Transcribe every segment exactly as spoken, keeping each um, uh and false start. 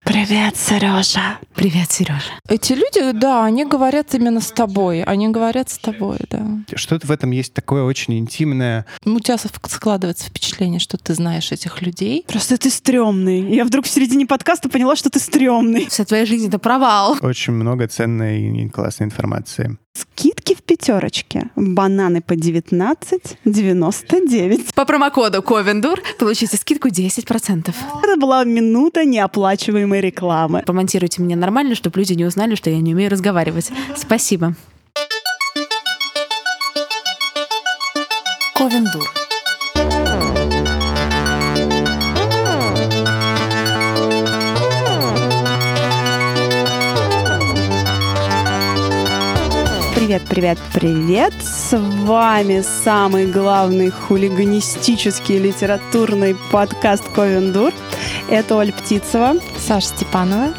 Привет, Сережа. Привет, Сережа. Эти люди, да, они говорят именно с тобой. Они говорят с тобой, да. Что-то в этом есть такое очень интимное. У тебя складывается впечатление, что ты знаешь этих людей. Просто ты стрёмный. Я вдруг в середине подкаста поняла, что ты стрёмный. Вся твоя жизнь — это провал. Очень много ценной и классной информации. Скидки в пятерочке. Бананы по девятнадцать девяносто девять. По промокоду Ковендур получите скидку десять процентов. Это была минута неоплачиваемой рекламы. Помонтируйте меня нормально, чтобы люди не узнали, что я не умею разговаривать. Спасибо. Ковендур. Привет, привет, привет! С вами самый главный хулиганистический литературный подкаст Ковендур. Это Оля Птицева, Саша Степанова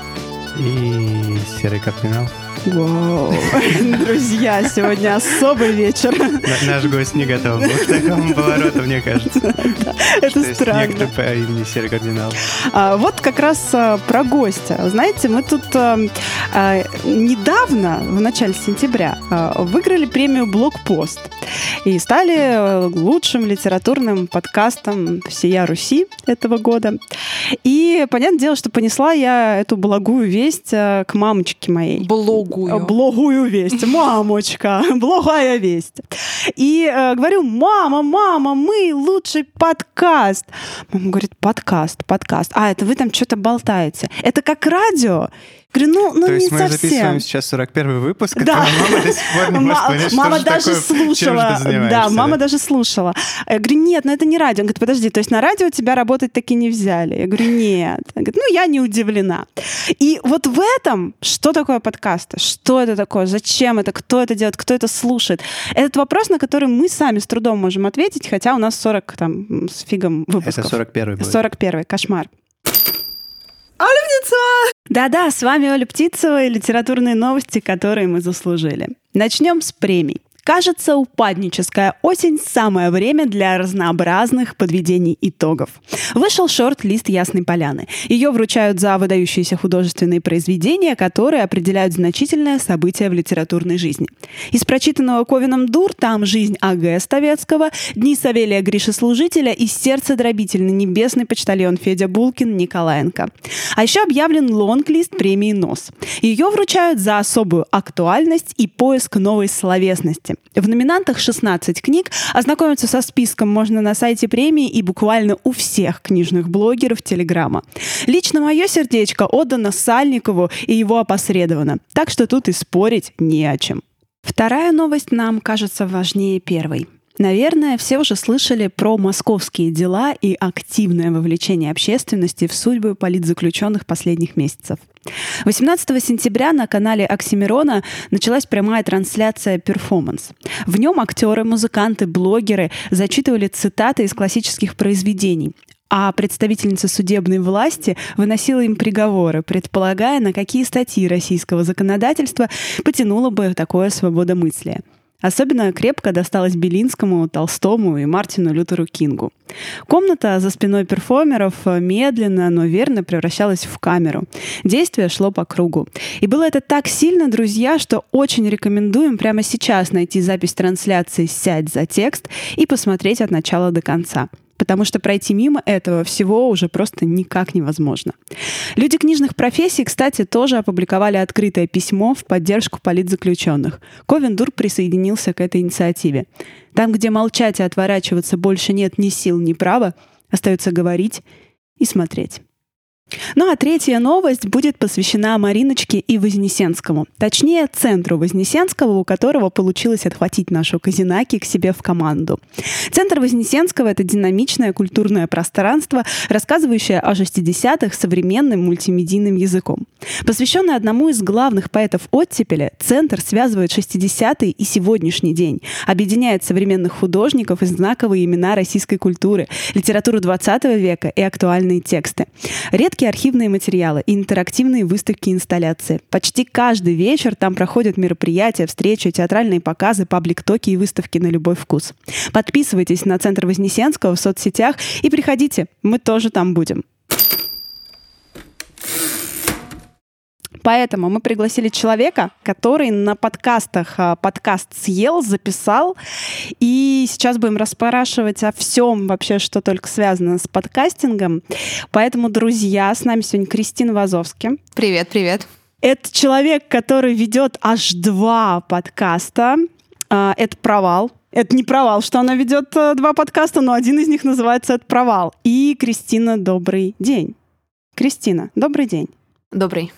и Серый кардинал. Вау. Друзья, сегодня особый вечер. Наш гость не готов был к такому повороту, мне кажется. Это странно. Некто по имени Серый кардинал. А, вот как раз а, про гостя. Знаете, мы тут а, а, недавно, в начале сентября, а, выиграли премию «Блогпост» и стали лучшим литературным подкастом всея Руси этого года. И, понятное дело, что понесла я эту благую весть а, к мамочке моей. Благую. Благую весть. Мамочка, благая весть. И э, говорю: мама, мама, мы лучший подкаст. Мама говорит: подкаст, подкаст. А, это вы там что-то болтаете. Это как радио? Говорю, ну, ну То не есть мы совсем. записываем сейчас сорок первый выпуск, да. а мама до сих пор не может понять, мама что даже такое, слушала. чем Да, мама даже слушала. Я говорю: нет, ну это не радио. Он говорит: подожди, то есть на радио тебя работать таки не взяли? Я говорю: нет. Он говорит: ну я не удивлена. И вот в этом, что такое подкасты? Что это такое? Зачем это? Кто это делает? Кто это слушает? Этот вопрос, на который мы сами с трудом можем ответить, хотя у нас сорок там с фигом выпусков. Это сорок первый будет. сорок первый, кошмар. Оля Птицева! Да-да, с вами Оля Птицева и литературные новости, которые мы заслужили. Начнем с премий. Кажется, упадническая осень – самое время для разнообразных подведений итогов. Вышел шорт-лист «Ясной поляны». Ее вручают за выдающиеся художественные произведения, которые определяют значительное событие в литературной жизни. Из прочитанного Ковином Дур там «Жизнь А Г Ставецкого», «Дни Савелия Гриши Служителя» и «Сердцедробительный небесный почтальон» Федя Булкин Николаенко. А еще объявлен лонг-лист премии «Нос». Ее вручают за особую актуальность и поиск новой словесности. В номинантах шестнадцать книг. Ознакомиться со списком можно на сайте премии и буквально у всех книжных блогеров Телеграма. Лично мое сердечко отдано Сальникову и его опосредованно. Так что тут и спорить не о чем. Вторая новость нам кажется важнее первой. Наверное, все уже слышали про московские дела и активное вовлечение общественности в судьбы политзаключенных последних месяцев. восемнадцатого сентября на канале Оксимирона началась прямая трансляция «Перформанс». В нем актеры, музыканты, блогеры зачитывали цитаты из классических произведений, а представительница судебной власти выносила им приговоры, предполагая, на какие статьи российского законодательства потянуло бы такое свободомыслие. Особенно крепко досталось Белинскому, Толстому и Мартину Лютеру Кингу. Комната за спиной перформеров медленно, но верно превращалась в камеру. Действие шло по кругу. И было это так сильно, друзья, что очень рекомендуем прямо сейчас найти запись трансляции «Сядь за текст» и посмотреть от начала до конца. Потому что пройти мимо этого всего уже просто никак невозможно. Люди книжных профессий, кстати, тоже опубликовали открытое письмо в поддержку политзаключенных. Ковендур присоединился к этой инициативе. Там, где молчать и отворачиваться больше нет ни сил, ни права, остается говорить и смотреть. Ну а третья новость будет посвящена Мариночке и Вознесенскому. Точнее, центру Вознесенского, у которого получилось отхватить нашу Козинаки к себе в команду. Центр Вознесенского — это динамичное культурное пространство, рассказывающее о шестидесятых современным мультимедийным языком. Посвященный одному из главных поэтов оттепели, центр связывает шестидесятые и сегодняшний день, объединяет современных художников и знаковые имена российской культуры, литературу двадцатого века и актуальные тексты. Редкие архивные материалы и интерактивные выставки и инсталляции. Почти каждый вечер там проходят мероприятия, встречи, театральные показы, паблик-токи и выставки на любой вкус. Подписывайтесь на Центр Вознесенского в соцсетях и приходите, мы тоже там будем. Поэтому мы пригласили человека, который на подкастах подкаст съел, записал. И сейчас будем расспрашивать о всем вообще, что только связано с подкастингом. Поэтому, друзья, с нами сегодня Кристина Вазовски. Привет, привет. Это человек, который ведет аж два подкаста. Это провал. Это не провал, что она ведет два подкаста, но один из них называется «Это провал». И Кристина, добрый день. Кристина, добрый день. Добрый.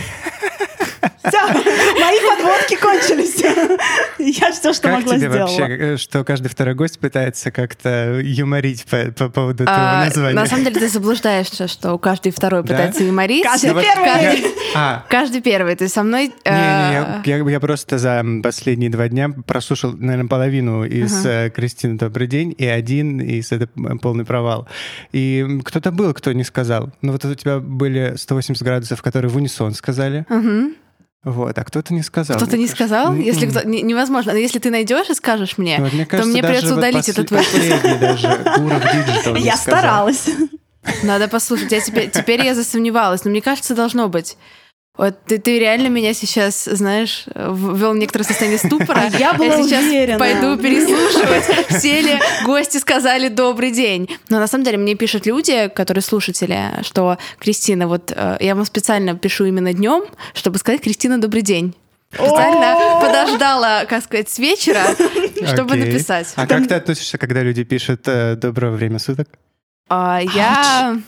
Все, мои подводки кончились. Я все, что как могла, тебе сделала. Вообще, что каждый второй гость пытается как-то юморить по, по поводу твоего а, названия? На самом деле ты заблуждаешься, что каждый второй да? пытается юморить. Каждый ну, первый. Вот Каждый... Я... А. Каждый первый. Ты со мной... Не, не, я, я, я просто за последние два дня прослушал, наверное, половину из uh-huh. Кристины «Добрый день» и один из «Это полный провал». И кто-то был, кто не сказал. Ну вот у тебя были сто восемьдесят градусов, которые в унисон сказали. Uh-huh. Вот, а кто-то не сказал. Кто-то не кажется. сказал? Mm-mm. Если кто... не, невозможно. Но если ты найдешь и скажешь мне, вот, мне кажется, то мне придется вот удалить посл... этот выпуск. Последний даже Гуров Диджитал не Я сказал. старалась. Надо послушать. Я теперь, теперь я засомневалась, но мне кажется, должно быть. Вот ты, ты реально меня сейчас, знаешь, ввел в некоторое состояние ступора. А я была сейчас уверена. Пойду переслушивать. Все ли гости сказали «добрый день». Но на самом деле мне пишут люди, которые слушатели, что Кристина, вот я вам специально пишу именно днем, чтобы сказать «Кристина, добрый день». Специально подождала, как сказать, с вечера, чтобы Окей. написать. А как ты относишься, когда люди пишут э, «доброго время суток»? А, я...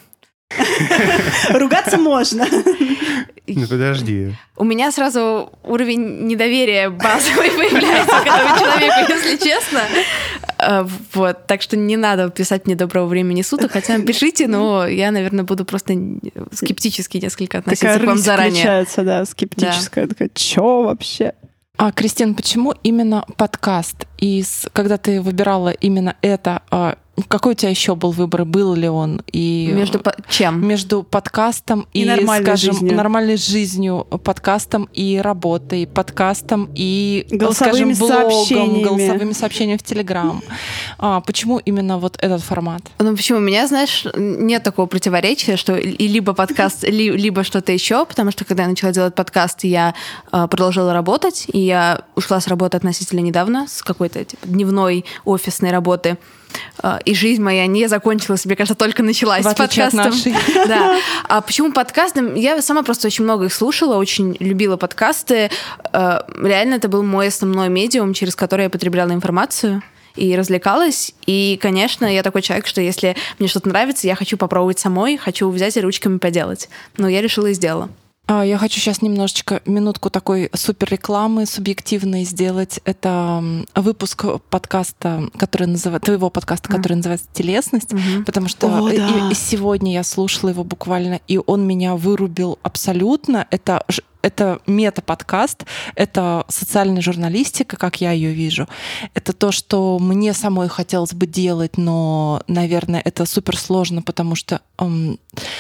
Ругаться можно. Ну подожди. У меня сразу уровень недоверия базовый появляется к этому человеку, если честно. Вот, так что не надо писать мне «доброго времени суток», хотя пишите, но я, наверное, буду просто скептически несколько относиться Такая к вам рысь заранее. включается, да, скептическая. Да. Такая, чё вообще? А, Кристин, почему именно подкаст? И с, когда ты выбирала именно это, а, какой у тебя еще был выбор? Был ли он? И между по- чем? Между подкастом и, и нормальной скажем, жизнью. нормальной жизнью, подкастом и работой, подкастом и, голосовыми скажем, блогом, сообщениями. голосовыми сообщениями в Телеграм. А, почему именно вот этот формат? Ну почему? У меня, знаешь, нет такого противоречия, что и либо подкаст, ли, либо что-то еще, потому что когда я начала делать подкаст, я э, продолжила работать, и я ушла с работы относительно недавно, с какой-то типа, дневной офисной работы. И жизнь моя не закончилась, мне кажется, только началась в с подкастом. От нашей. Да. А почему подкастом? Я сама просто очень много их слушала, очень любила подкасты. Реально, это был мой основной медиум, через который я потребляла информацию и развлекалась. И, конечно, я такой человек, что если мне что-то нравится, я хочу попробовать самой, хочу взять и ручками поделать. Но я решила и сделала. Я хочу сейчас немножечко минутку такой супер рекламы субъективной сделать. Это выпуск подкаста, который называется, твоего подкаста, который mm. называется «Телесность», mm-hmm. потому что О, да. и, и сегодня я слушала его буквально, и он меня вырубил абсолютно. Это Это мета-подкаст, это социальная журналистика, как я ее вижу. Это то, что мне самой хотелось бы делать, но, наверное, это супер сложно, потому что эм,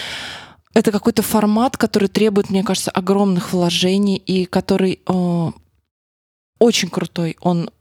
это какой-то формат, который требует, мне кажется, огромных вложений и который э, очень крутой. Он,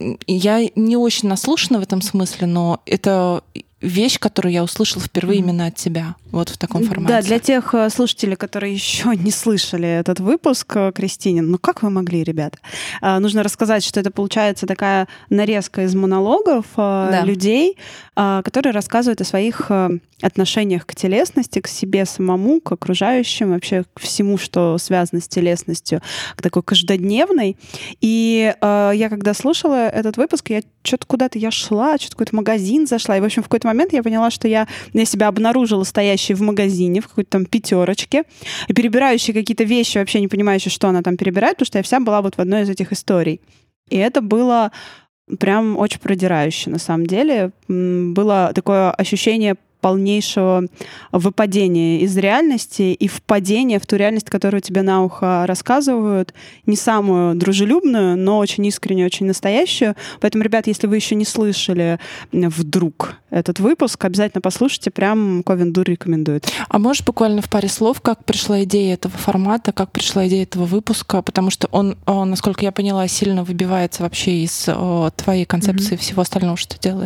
я не очень наслушана в этом смысле, но это вещь, которую я услышала впервые mm-hmm. именно от тебя, вот в таком формате. Да, для тех слушателей, которые еще не слышали этот выпуск, Кристинин, ну как вы могли, ребята? Нужно рассказать, что это получается такая нарезка из монологов да. людей, которые рассказывают о своих отношениях к телесности, к себе самому, к окружающим, вообще к всему, что связано с телесностью, к такой каждодневной. И я когда слушала этот выпуск, я что-то куда-то я шла, что-то в какой-то магазин зашла, и, в общем, в какой-то момент я поняла, что я, я себя обнаружила стоящей в магазине, в какой-то там пятерочке, и перебирающей какие-то вещи, вообще не понимающей, что она там перебирает, потому что я вся была вот в одной из этих историй. И это было прям очень продирающе, на самом деле. Было такое ощущение полнейшего выпадения из реальности и впадения в ту реальность, которую тебе на ухо рассказывают, не самую дружелюбную, но очень искреннюю, очень настоящую. Поэтому, ребят, если вы еще не слышали вдруг этот выпуск, обязательно послушайте, прям Ковен Дур рекомендует. А можешь буквально в паре слов, как пришла идея этого формата, как пришла идея этого выпуска, потому что он, насколько я поняла, сильно выбивается вообще из твоей концепции mm-hmm. всего остального, что ты делаешь?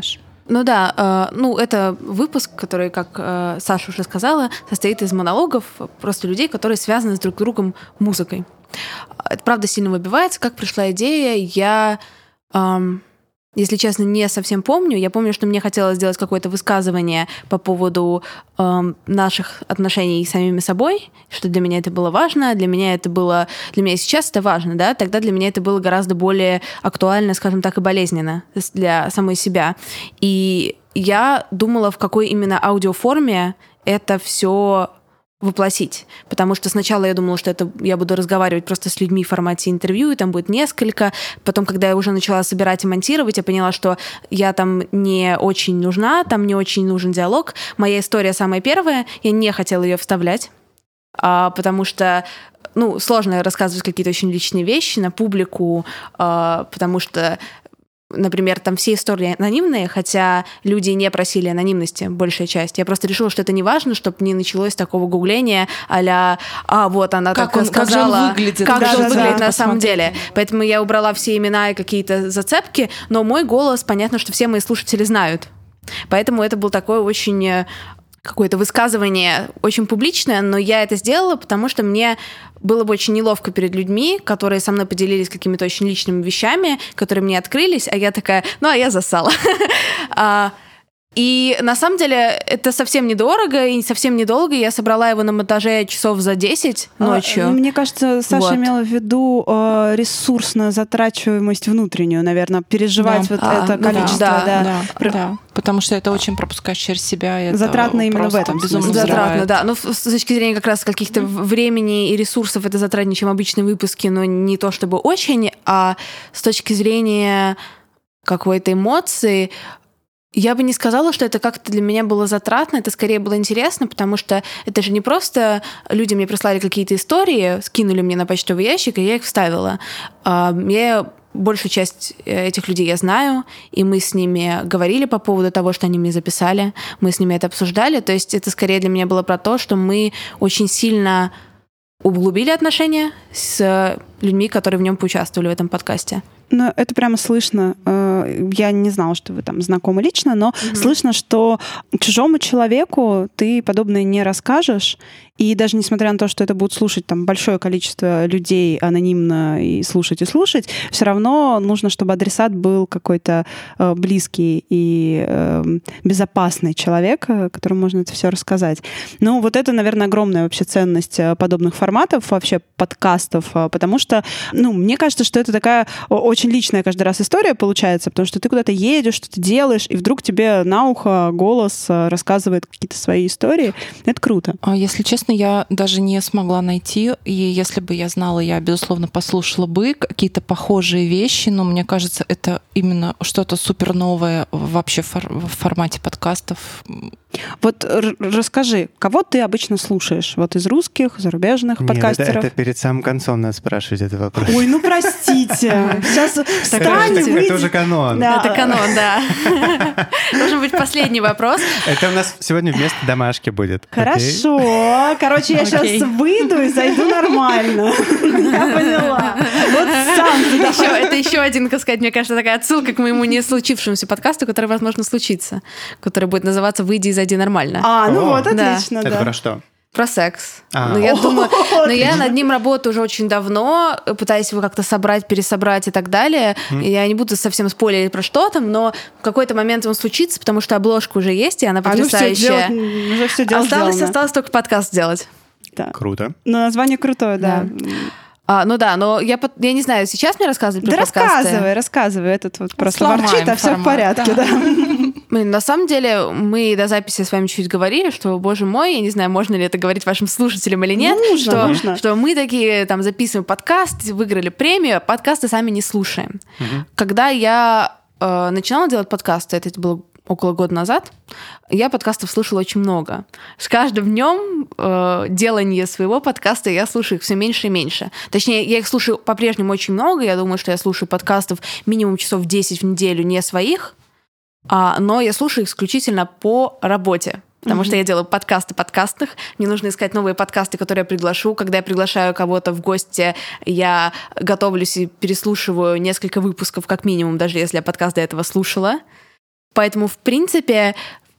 Ну да, э, ну это выпуск, который, как э, Саша уже сказала, состоит из монологов просто людей, которые связаны с друг другом музыкой. Это правда сильно выбивается. Как пришла идея, я, эм, если честно, не совсем помню. Я помню, что мне хотелось сделать какое-то высказывание по поводу эм, наших отношений с самими собой, что для меня это было важно, для меня это было, для меня сейчас это важно, да, тогда для меня это было гораздо более актуально, скажем так, и болезненно для самой себя. И я думала, в какой именно аудиоформе это все воплотить. Потому что сначала я думала, что это я буду разговаривать просто с людьми в формате интервью, и там будет несколько. Потом, когда я уже начала собирать и монтировать, я поняла, что я там не очень нужна, там не очень нужен диалог. Моя история самая первая, я не хотела ее вставлять, а, потому что ну, сложно рассказывать какие-то очень личные вещи на публику, а, потому что например, там все истории анонимные, хотя люди не просили анонимности, большая часть. Я просто решила, что это не важно, чтобы не началось такого гугления а-ля «А, вот она как так он, сказала». Как же он выглядит. Как да, же он да, выглядит да, на самом посмотри. деле. Поэтому я убрала все имена и какие-то зацепки, но мой голос, понятно, что все мои слушатели знают. Поэтому это был такой очень... какое-то высказывание очень публичное, но я это сделала, потому что мне было бы очень неловко перед людьми, которые со мной поделились какими-то очень личными вещами, которые мне открылись, а я такая, ну, а я засала. И на самом деле это совсем недорого и совсем недолго. Я собрала его на монтаже часов за десять ночью. А, мне кажется, Саша вот. имела в виду э, ресурсную затрачиваемость внутреннюю, наверное, переживать Да. вот А, это ну количество. да, Да, Да, Про- да, потому что это очень пропускаешь через себя. И это Затратно именно в просто этом безумно смысле. взрывает. Затратно, да. Но с точки зрения как раз каких-то mm-hmm. времени и ресурсов это затратнее, чем обычные выпуски, но не то чтобы очень, а с точки зрения какой-то эмоции, я бы не сказала, что это как-то для меня было затратно, это скорее было интересно, потому что это же не просто люди мне прислали какие-то истории, скинули мне на почтовый ящик, и я их вставила. Я большую часть этих людей я знаю, и мы с ними говорили по поводу того, что они мне записали, мы с ними это обсуждали, то есть это скорее для меня было про то, что мы очень сильно углубили отношения с людьми, которые в нем поучаствовали в этом подкасте. Ну, это прямо слышно. Я не знала, что вы там знакомы лично, но mm-hmm. слышно, что чужому человеку ты подобное не расскажешь. И даже несмотря на то, что это будут слушать там большое количество людей анонимно и слушать, и слушать, все равно нужно, чтобы адресат был какой-то э, близкий и э, безопасный человек, которому можно это все рассказать. Ну, вот это, наверное, огромная вообще ценность подобных форматов, вообще подкастов, потому что, ну, мне кажется, что это такая очень личная каждый раз история получается, потому что ты куда-то едешь, что-то делаешь, и вдруг тебе на ухо голос рассказывает какие-то свои истории. Это круто. Если честно, я даже не смогла найти, и если бы я знала, я, безусловно, послушала бы какие-то похожие вещи, но мне кажется, это именно что-то супер новое вообще в формате подкастов. Вот р- расскажи, кого ты обычно слушаешь? Вот из русских, зарубежных Нет, подкастеров? Это, это перед самым концом надо спрашивать этот вопрос. Ой, ну простите. Сейчас встань, это, выйди. это уже канон. Да. Это канон, да. Должен быть последний вопрос. Это у нас сегодня вместо домашки будет. Хорошо. Короче, я Окей. сейчас выйду и зайду нормально. Я поняла. Вот сам ты Еще, давай. это еще один, так сказать, мне кажется, такая отсылка к моему не случившемуся подкасту, который, возможно, случится, который будет называться «Выйди и зайди нормально». А, ну О, вот, да. отлично, Это да. про что? Про секс. А. Но я О, думаю, но я отлично. над ним работаю уже очень давно, пытаюсь его как-то собрать, пересобрать и так далее. И я не буду совсем спойлерить про что там, но в какой-то момент он случится, потому что обложка уже есть, и она А ну все, потрясающая. делать, уже все дело осталось, сделано. осталось только подкаст сделать. Да. Круто. Но название крутое, да. А, ну да, но я, под- я не знаю, сейчас мне рассказывать Да про подкасты? рассказывай, рассказывай. Этот вот просто Сломаем ворчит, а все в формат, порядке, да. да. Блин, на самом деле, мы до записи с вами чуть говорили, что, боже мой, я не знаю, можно ли это говорить вашим слушателям или нет, Нужно, что, нужно. что мы такие там записываем подкаст, выиграли премию, подкасты сами не слушаем. Мгм. Когда я э, начинала делать подкасты, это было около года назад, я подкастов слушала очень много. С каждым днем э, делания своего подкаста я слушаю их все меньше и меньше. Точнее, я их слушаю по-прежнему очень много. Я думаю, что я слушаю подкастов минимум часов десять в неделю, не своих, а, но я слушаю их исключительно по работе. Потому mm-hmm. что я делаю подкасты подкастных. Мне нужно искать новые подкасты, которые я приглашу. Когда я приглашаю кого-то в гости, я готовлюсь и переслушиваю несколько выпусков как минимум, даже если я подкаст до этого слушала. Поэтому, в принципе,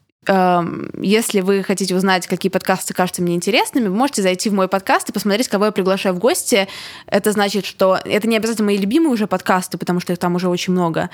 если вы хотите узнать, какие подкасты кажутся мне интересными, вы можете зайти в мой подкаст и посмотреть, кого я приглашаю в гости. Это значит, что это не обязательно мои любимые уже подкасты, потому что их там уже очень много,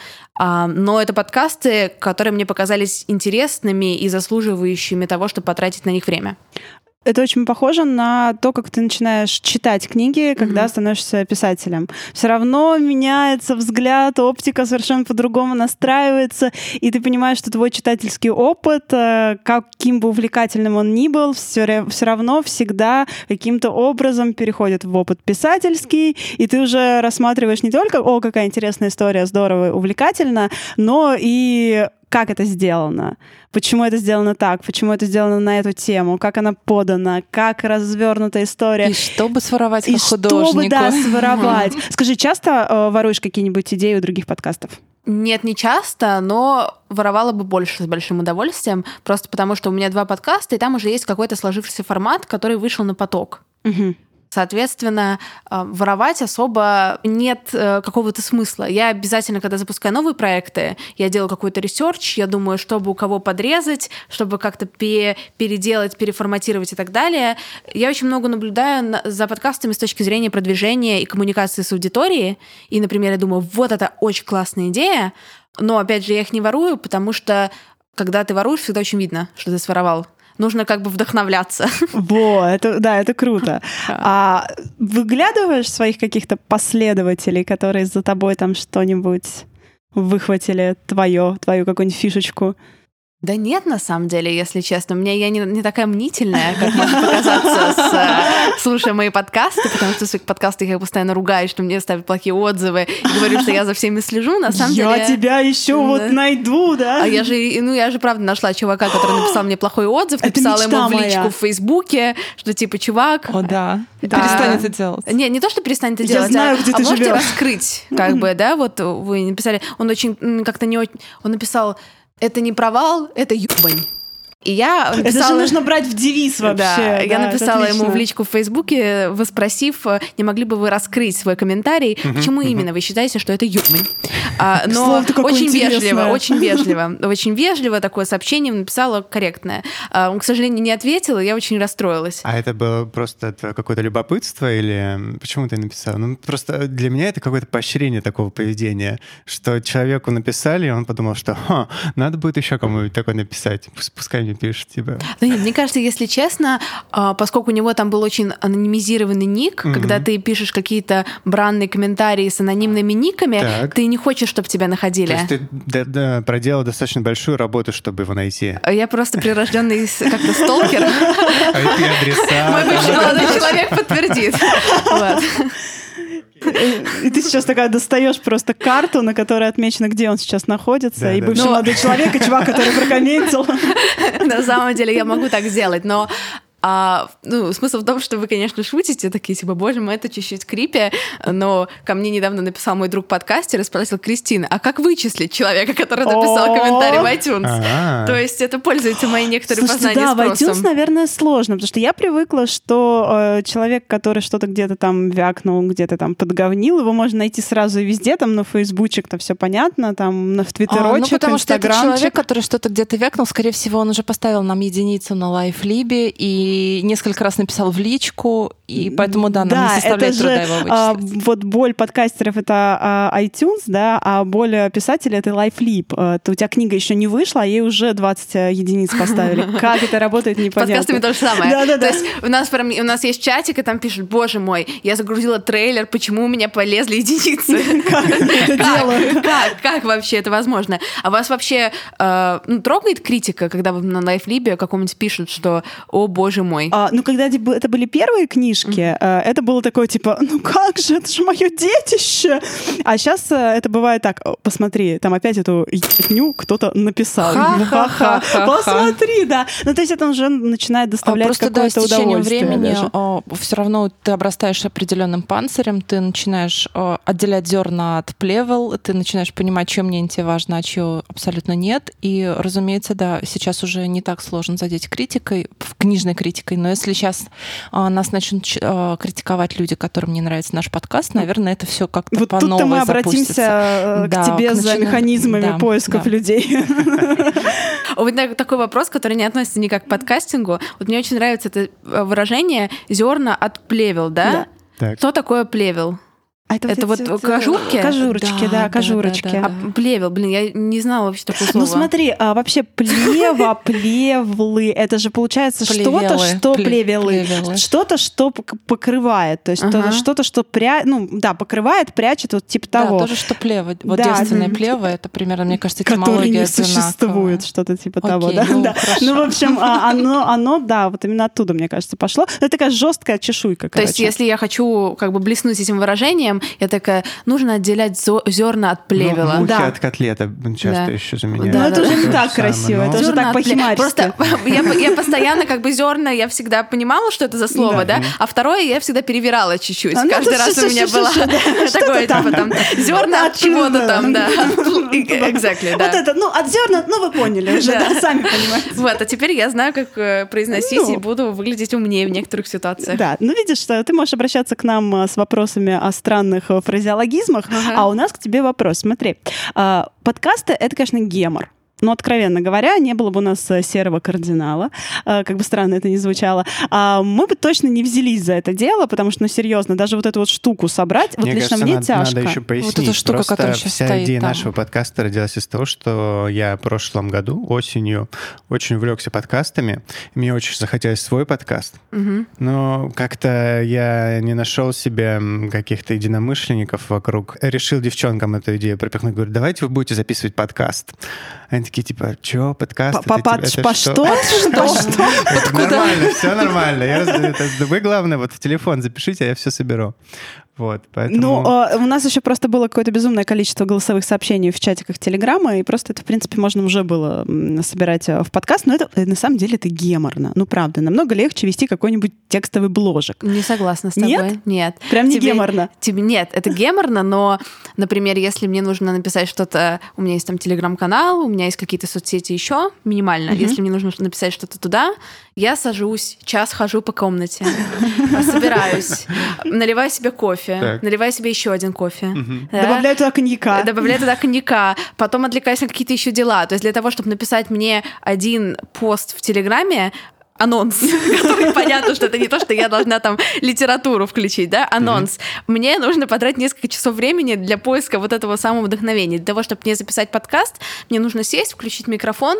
но это подкасты, которые мне показались интересными и заслуживающими того, чтобы потратить на них время. Это очень похоже на то, как ты начинаешь читать книги, когда mm-hmm. становишься писателем. Все равно меняется взгляд, оптика совершенно по-другому настраивается, и ты понимаешь, что твой читательский опыт, каким бы увлекательным он ни был, все, все равно всегда каким-то образом переходит в опыт писательский, и ты уже рассматриваешь не только «О, какая интересная история, здорово, увлекательно», но и как это сделано, почему это сделано так, почему это сделано на эту тему, как она подана, как развернута история. И чтобы своровать как и художнику. И чтобы, да, своровать. Скажи, часто э, воруешь какие-нибудь идеи у других подкастов? Нет, не часто, но воровала бы больше с большим удовольствием, просто потому что у меня два подкаста, и там уже есть какой-то сложившийся формат, который вышел на поток. Угу. Соответственно, воровать особо нет какого-то смысла. Я обязательно, когда запускаю новые проекты, я делаю какой-то ресерч, я думаю, чтобы у кого подрезать, чтобы как-то переделать, переформатировать и так далее. Я очень много наблюдаю за подкастами с точки зрения продвижения и коммуникации с аудиторией. И, например, я думаю, вот это очень классная идея, но, опять же, я их не ворую, потому что, когда ты воруешь, всегда очень видно, что ты своровал. Нужно как бы вдохновляться. Во, это, да, это круто. А выглядываешь своих каких-то последователей, которые за тобой там что-нибудь выхватили, твое, твою какую-нибудь фишечку? Да нет, на самом деле, если честно. У меня я не, не такая мнительная, как может показаться, с, слушая мои подкасты, потому что в своих подкастах я постоянно ругаюсь, что мне ставят плохие отзывы, и говорю, что я за всеми слежу. На самом я деле... Я тебя еще да. вот найду, да? А я же, ну, я же правда нашла чувака, который написал мне плохой отзыв, написала ему в личку моя. в Фейсбуке, что типа, чувак... О, да. да. Перестань это делать. Не, не то, что перестань это я делать, знаю, а, где а ты можете живешь. раскрыть, как бы, да, вот вы написали, он очень как-то не очень... Он написал... Это не провал, это ебань. И я написала... Это же нужно брать в девиз вообще. Да, да, я написала ему в личку в Фейсбуке, воспросив, не могли бы вы раскрыть свой комментарий, почему именно вы считаете, что это ебань. А, но очень вежливо, очень вежливо, очень вежливо такое сообщение написала корректное. А, он, к сожалению, не ответил, и я очень расстроилась. А это было просто какое-то любопытство или почему ты написала? Ну, просто для меня это какое-то поощрение такого поведения, что человеку написали, и он подумал, что Ха, надо будет еще кому-нибудь такое написать, пускай мне пишет тебя. Да нет, мне кажется, если честно, поскольку у него там был очень анонимизированный ник, mm-hmm. когда ты пишешь какие-то бранные комментарии с анонимными никами, так. ты не хочешь, чтобы тебя находили. То есть ты да, да, проделал достаточно большую работу, чтобы его найти. Я просто прирожденный как-то сталкер. ай пи-адреса. Мой бывший молодой человек подтвердит. И ты сейчас такая достаешь просто карту, на которой отмечено, где он сейчас находится, да, и да. бывший но... молодой человек, и чувак, который прокомментил. На самом деле я могу так сделать, но А, ну, смысл в том, что вы, конечно, шутите, такие, типа, боже мой, это чуть-чуть крипи, но ко мне недавно написал мой друг-подкастер и спросил: Кристина, а как вычислить человека, который написал комментарий в iTunes? А-а-а. То есть это пользуется мои некоторые Слушайте, познания да, спросом. в iTunes, наверное, сложно, потому что я привыкла, что э, человек, который что-то где-то там вякнул, где-то там подговнил, его можно найти сразу и везде, там на фейсбучек-то все понятно, там на в твиттерочек, а, ну, потому что это человек, который что-то где-то вякнул, скорее всего, он уже поставил нам единицу на лайфлибе и несколько раз написал в личку, и поэтому, да, нам да, не составляет это труда же, его вычислить. А, вот боль подкастеров — это а, iTunes, да, а боль писателя — это лайфлиб. А, то у тебя книга еще не вышла, а ей уже двадцать единиц поставили. Как это работает, непонятно. С подкастами то же самое. Да, да, да. То есть у нас, прям, у нас есть чатик, и там пишут: боже мой, я загрузила трейлер, почему у меня полезли единицы? Как они это делают? Как вообще это возможно? А вас вообще трогает критика, когда вы на лайфлибе какому-нибудь пишут, что «О, боже мой»? Ну, когда это были первые книжки, это было такое типа: ну как же, это же мое детище! А сейчас это бывает так: посмотри, там опять эту ебню кто-то написал. Ха-ха-ха. Посмотри, да. Ну, то есть это уже начинает доставлять Просто, какое-то да, с течением удовольствие. времени даже. все равно ты обрастаешь определенным панцирем, ты начинаешь отделять зерна от плевел, ты начинаешь понимать, чем мне тебе важно, а чего абсолютно нет. И, разумеется, да, сейчас уже не так сложно задеть критикой, в книжной критике, критикой. Но если сейчас а, нас начнут а, критиковать люди, которым не нравится наш подкаст, наверное, это все как-то вот по новой запустится. Вот тут-то мы обратимся к да, тебе к за начина... механизмами да, поисков да. людей. Вот такой вопрос, который не относится никак к подкастингу. Вот мне очень нравится это выражение «зерна от плевел», да? Так. Что такое плевел? А это, это вот, вот вот кожурки? Кожурочки, да, да, кожурочки. Да, да, да. А плевел, блин, я не знала вообще такого слова. Ну смотри, а вообще плева, плевлы, это же получается плевелы, что-то, что пле- плевелы, плевелы. что-то, что покрывает, то есть ага. что-то, что пря... ну да, покрывает, прячет, вот типа да, того. тоже что плева. Вот да, девственная да. плева, это примерно, мне кажется, Который этимология не одинаковая. существует, что-то типа Окей, того, да. ну, да. Ну, в общем, оно, оно, да, вот именно оттуда, мне кажется, пошло. Это такая жесткая чешуйка, короче. То есть, если я хочу как бы блеснуть этим выражением, я такая, нужно отделять зерна от плевела. Ну, мухи Да. от котлета часто Да. еще заменяют. Ну, Да, это да, уже да. не так Самое, красиво, но- это уже Зерна так от пле- по-химаристски. Просто я, я постоянно как бы зерна, я всегда понимала, что это за слово, Да. да, а второе я всегда перевирала чуть-чуть. А, ну, Каждый это раз что- у меня что- было что- что- такое, что-то типа там зерна от чего-то там, да. Exactly, да. Вот это, ну, от зерна, ну, вы поняли уже, Да. да, сами понимаете. Вот, а теперь я знаю, как э, произносить, Ну. и буду выглядеть умнее в некоторых ситуациях. Да, ну видишь, что ты можешь обращаться к нам а, с вопросами о странных а, фразеологизмах, Ага. а у нас к тебе вопрос. Смотри, а, подкасты — это, конечно, гемор. Но, откровенно говоря, не было бы у нас а, серого кардинала, а, как бы странно это ни звучало, а, мы бы точно не взялись за это дело, потому что, ну, серьезно, даже вот эту вот штуку собрать, вот Мне лично кажется, мне надо, тяжко. надо еще пояснить. эта штука, Просто которая сейчас вся стоит идея там. нашего подкаста родилась из того, что я в прошлом году, осенью, очень увлекся подкастами. Мне очень захотелось свой подкаст. Мгм. Но как-то я не нашел себе каких-то единомышленников вокруг. Решил девчонкам эту идею пропихнуть. Говорю, давайте вы будете записывать подкаст. Они такие, типа, чё, подкаст? По- Это, по- типа, это по что? По что? Нормально, все нормально. Я раз- это- Вы, главное, вот в телефон запишите, а я все соберу. Вот, поэтому... Ну, а, у нас еще просто было какое-то безумное количество голосовых сообщений в чатиках Телеграма, и просто это, в принципе, можно уже было м, собирать а, в подкаст, но это, э, на самом деле, это геморно. Ну, правда, намного легче вести какой-нибудь текстовый бложек. Не согласна с тобой. Нет? Нет. Прям не Тебе- геморно. Тебе нет, это геморно, но, например, если мне нужно написать что-то, у меня есть там телеграм-канал, у меня есть какие-то соцсети еще минимально. Мгм. Если мне нужно написать что-то туда, я сажусь, час хожу по комнате, собираюсь, наливаю себе кофе, Так. наливаю себе еще один кофе, да, Добавляю туда коньяка. добавляю туда коньяка, потом отвлекаюсь на какие-то еще дела. То есть для того, чтобы написать мне один пост в Телеграме, анонс, который понятно, что это не то, что я должна там литературу включить, да, анонс. Мне нужно потратить несколько часов времени для поиска вот этого самого вдохновения. Для того, чтобы мне записать подкаст, мне нужно сесть, включить микрофон,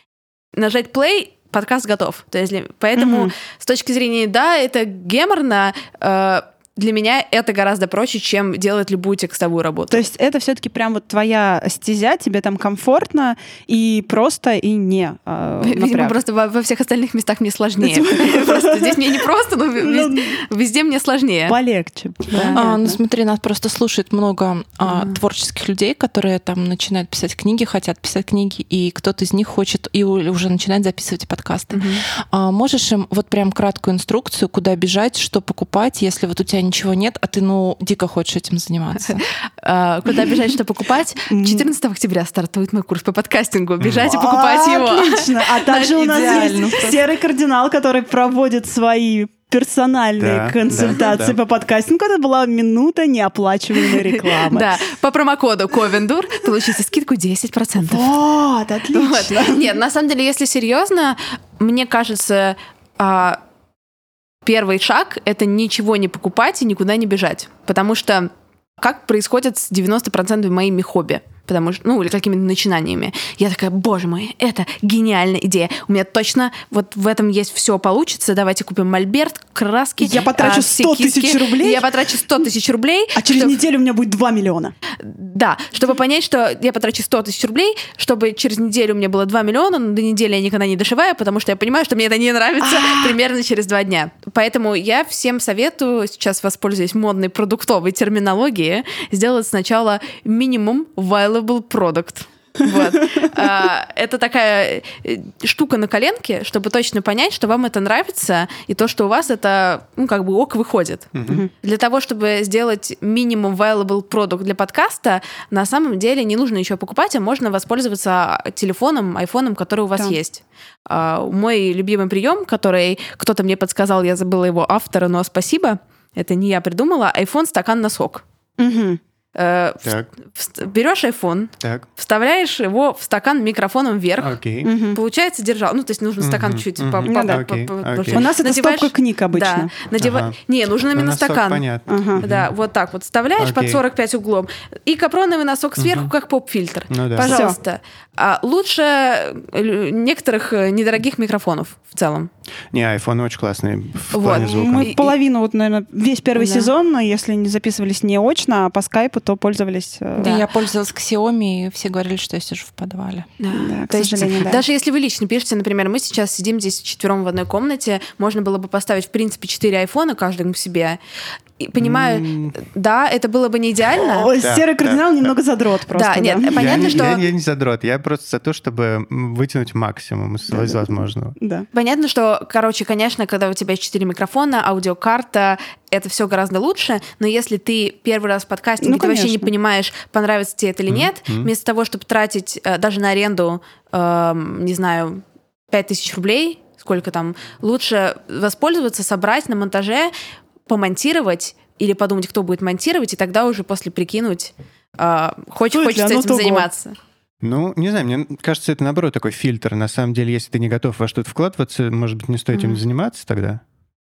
нажать play, подкаст готов. То есть, для- поэтому Мгм. с точки зрения, да, это геморно, э, для меня это гораздо проще, чем делать любую текстовую работу. То есть это все-таки прям вот твоя стезя, тебе там комфортно и просто, и не а, Видимо, напряг. просто во, во всех остальных местах мне сложнее. Просто здесь мне не просто, но вез- везде мне сложнее. Полегче. Да. А, ну смотри, нас просто слушает много а, творческих людей, которые там начинают писать книги, хотят писать книги, и кто-то из них хочет и у- уже начинает записывать подкасты. Мгм. А можешь им вот прям краткую инструкцию, куда бежать, что покупать, если вот у тебя ничего нет, а ты, ну, дико хочешь этим заниматься? А, Куда бежать, что покупать? М. четырнадцатого октября стартует мой курс по подкастингу. Бежать и А, покупать его. Отлично. А также у нас Идеально есть просто. серый кардинал, который проводит свои персональные Да, консультации да, да. по подкастингу. Это была минута неоплачиваемой рекламы. Да, по промокоду Ковендур получите скидку десять процентов. Вот, отлично. Вот. Нет, на самом деле, если серьезно, мне кажется, а, первый шаг — это ничего не покупать и никуда не бежать. Потому что как происходит с девяносто процентов моими хобби? Потому что, ну, или какими-то начинаниями. Я такая, боже мой, это гениальная идея. У меня точно вот в этом есть все получится. Давайте купим мольберт, краски. Я потрачу а, все сто тысяч киски. рублей? Я потрачу сто тысяч рублей. А через чтоб- неделю у меня будет два миллиона. Да, чтобы понять, что я потрачу сто тысяч рублей, чтобы через неделю у меня было два миллиона, но до недели я никогда не дошиваю, потому что я понимаю, что мне это не нравится примерно через два дня. Поэтому я всем советую, сейчас воспользуясь модной продуктовой терминологией, сделать сначала минимум viable product. Вот. Это такая штука на коленке, чтобы точно понять, что вам это нравится, и то, что у вас это, ну, как бы ок выходит. Мгм. Для того, чтобы сделать минимум viable продукт для подкаста, на самом деле не нужно еще покупать, а можно воспользоваться телефоном, айфоном, который у вас Да. есть. А, Мой любимый прием, который кто-то мне подсказал, я забыла его автора, но спасибо, это не я придумала, iPhone стакан носок. Мгм. Э, в- Так, в- Берешь iPhone, так, вставляешь его в стакан микрофоном вверх, окей. Мгм. получается держал. Ну, то есть нужно стакан Мгм, чуть мгм. по- Ну по- да. по- Окей, по- окей. больше. У нас это Надеваешь- стопка книг обычно. Да, надева- Ага. Не, нужен именно Носок стакан. понятно. Ага. Да, вот так вот вставляешь под Окей. сорок пять углом и капроновый носок сверху, Мгм. как поп-фильтр. Ну да. Пожалуйста. А лучше э, некоторых э, недорогих микрофонов в целом. Не, iPhone очень классный в Вот. плане звука. Мы И- и- половину, вот, наверное, весь первый Да. сезон, но если не записывались не очно, а по скайпу, то пользовались... э, Да. Я пользовалась Xiaomi, и все говорили, что я сижу в подвале. Да, к То есть, сожалению, да. даже если вы лично пишете, например, мы сейчас сидим здесь четвером в одной комнате, можно было бы поставить, в принципе, четыре айфона каждому себе. И понимаю, М, да, это было бы не идеально. Ой, Да, Серый да, кардинал да. немного задрот просто. Да, нет, да. понятно, я, не- что- Я, я не задрот, я просто за то, чтобы м, вытянуть максимум из, из возможного. Да. Понятно, что, короче, конечно, когда у тебя есть четыре микрофона, аудиокарта, это все гораздо лучше, но если ты первый раз в подкастинге, Ну, ты вообще не конечно. понимаешь, понравится тебе это или Мгм, нет, мгм. вместо того, чтобы тратить э, даже на аренду, эм, не знаю, пять тысяч рублей, сколько там, лучше воспользоваться, собрать на монтаже, помонтировать или подумать, кто будет монтировать, и тогда уже после прикинуть, э, хоч- Стоит ли хочется оно этим того? заниматься. Ну, не знаю, мне кажется, это наоборот такой фильтр. На самом деле, если ты не готов во что-то вкладываться, может быть, не стоит этим Мгм. заниматься тогда.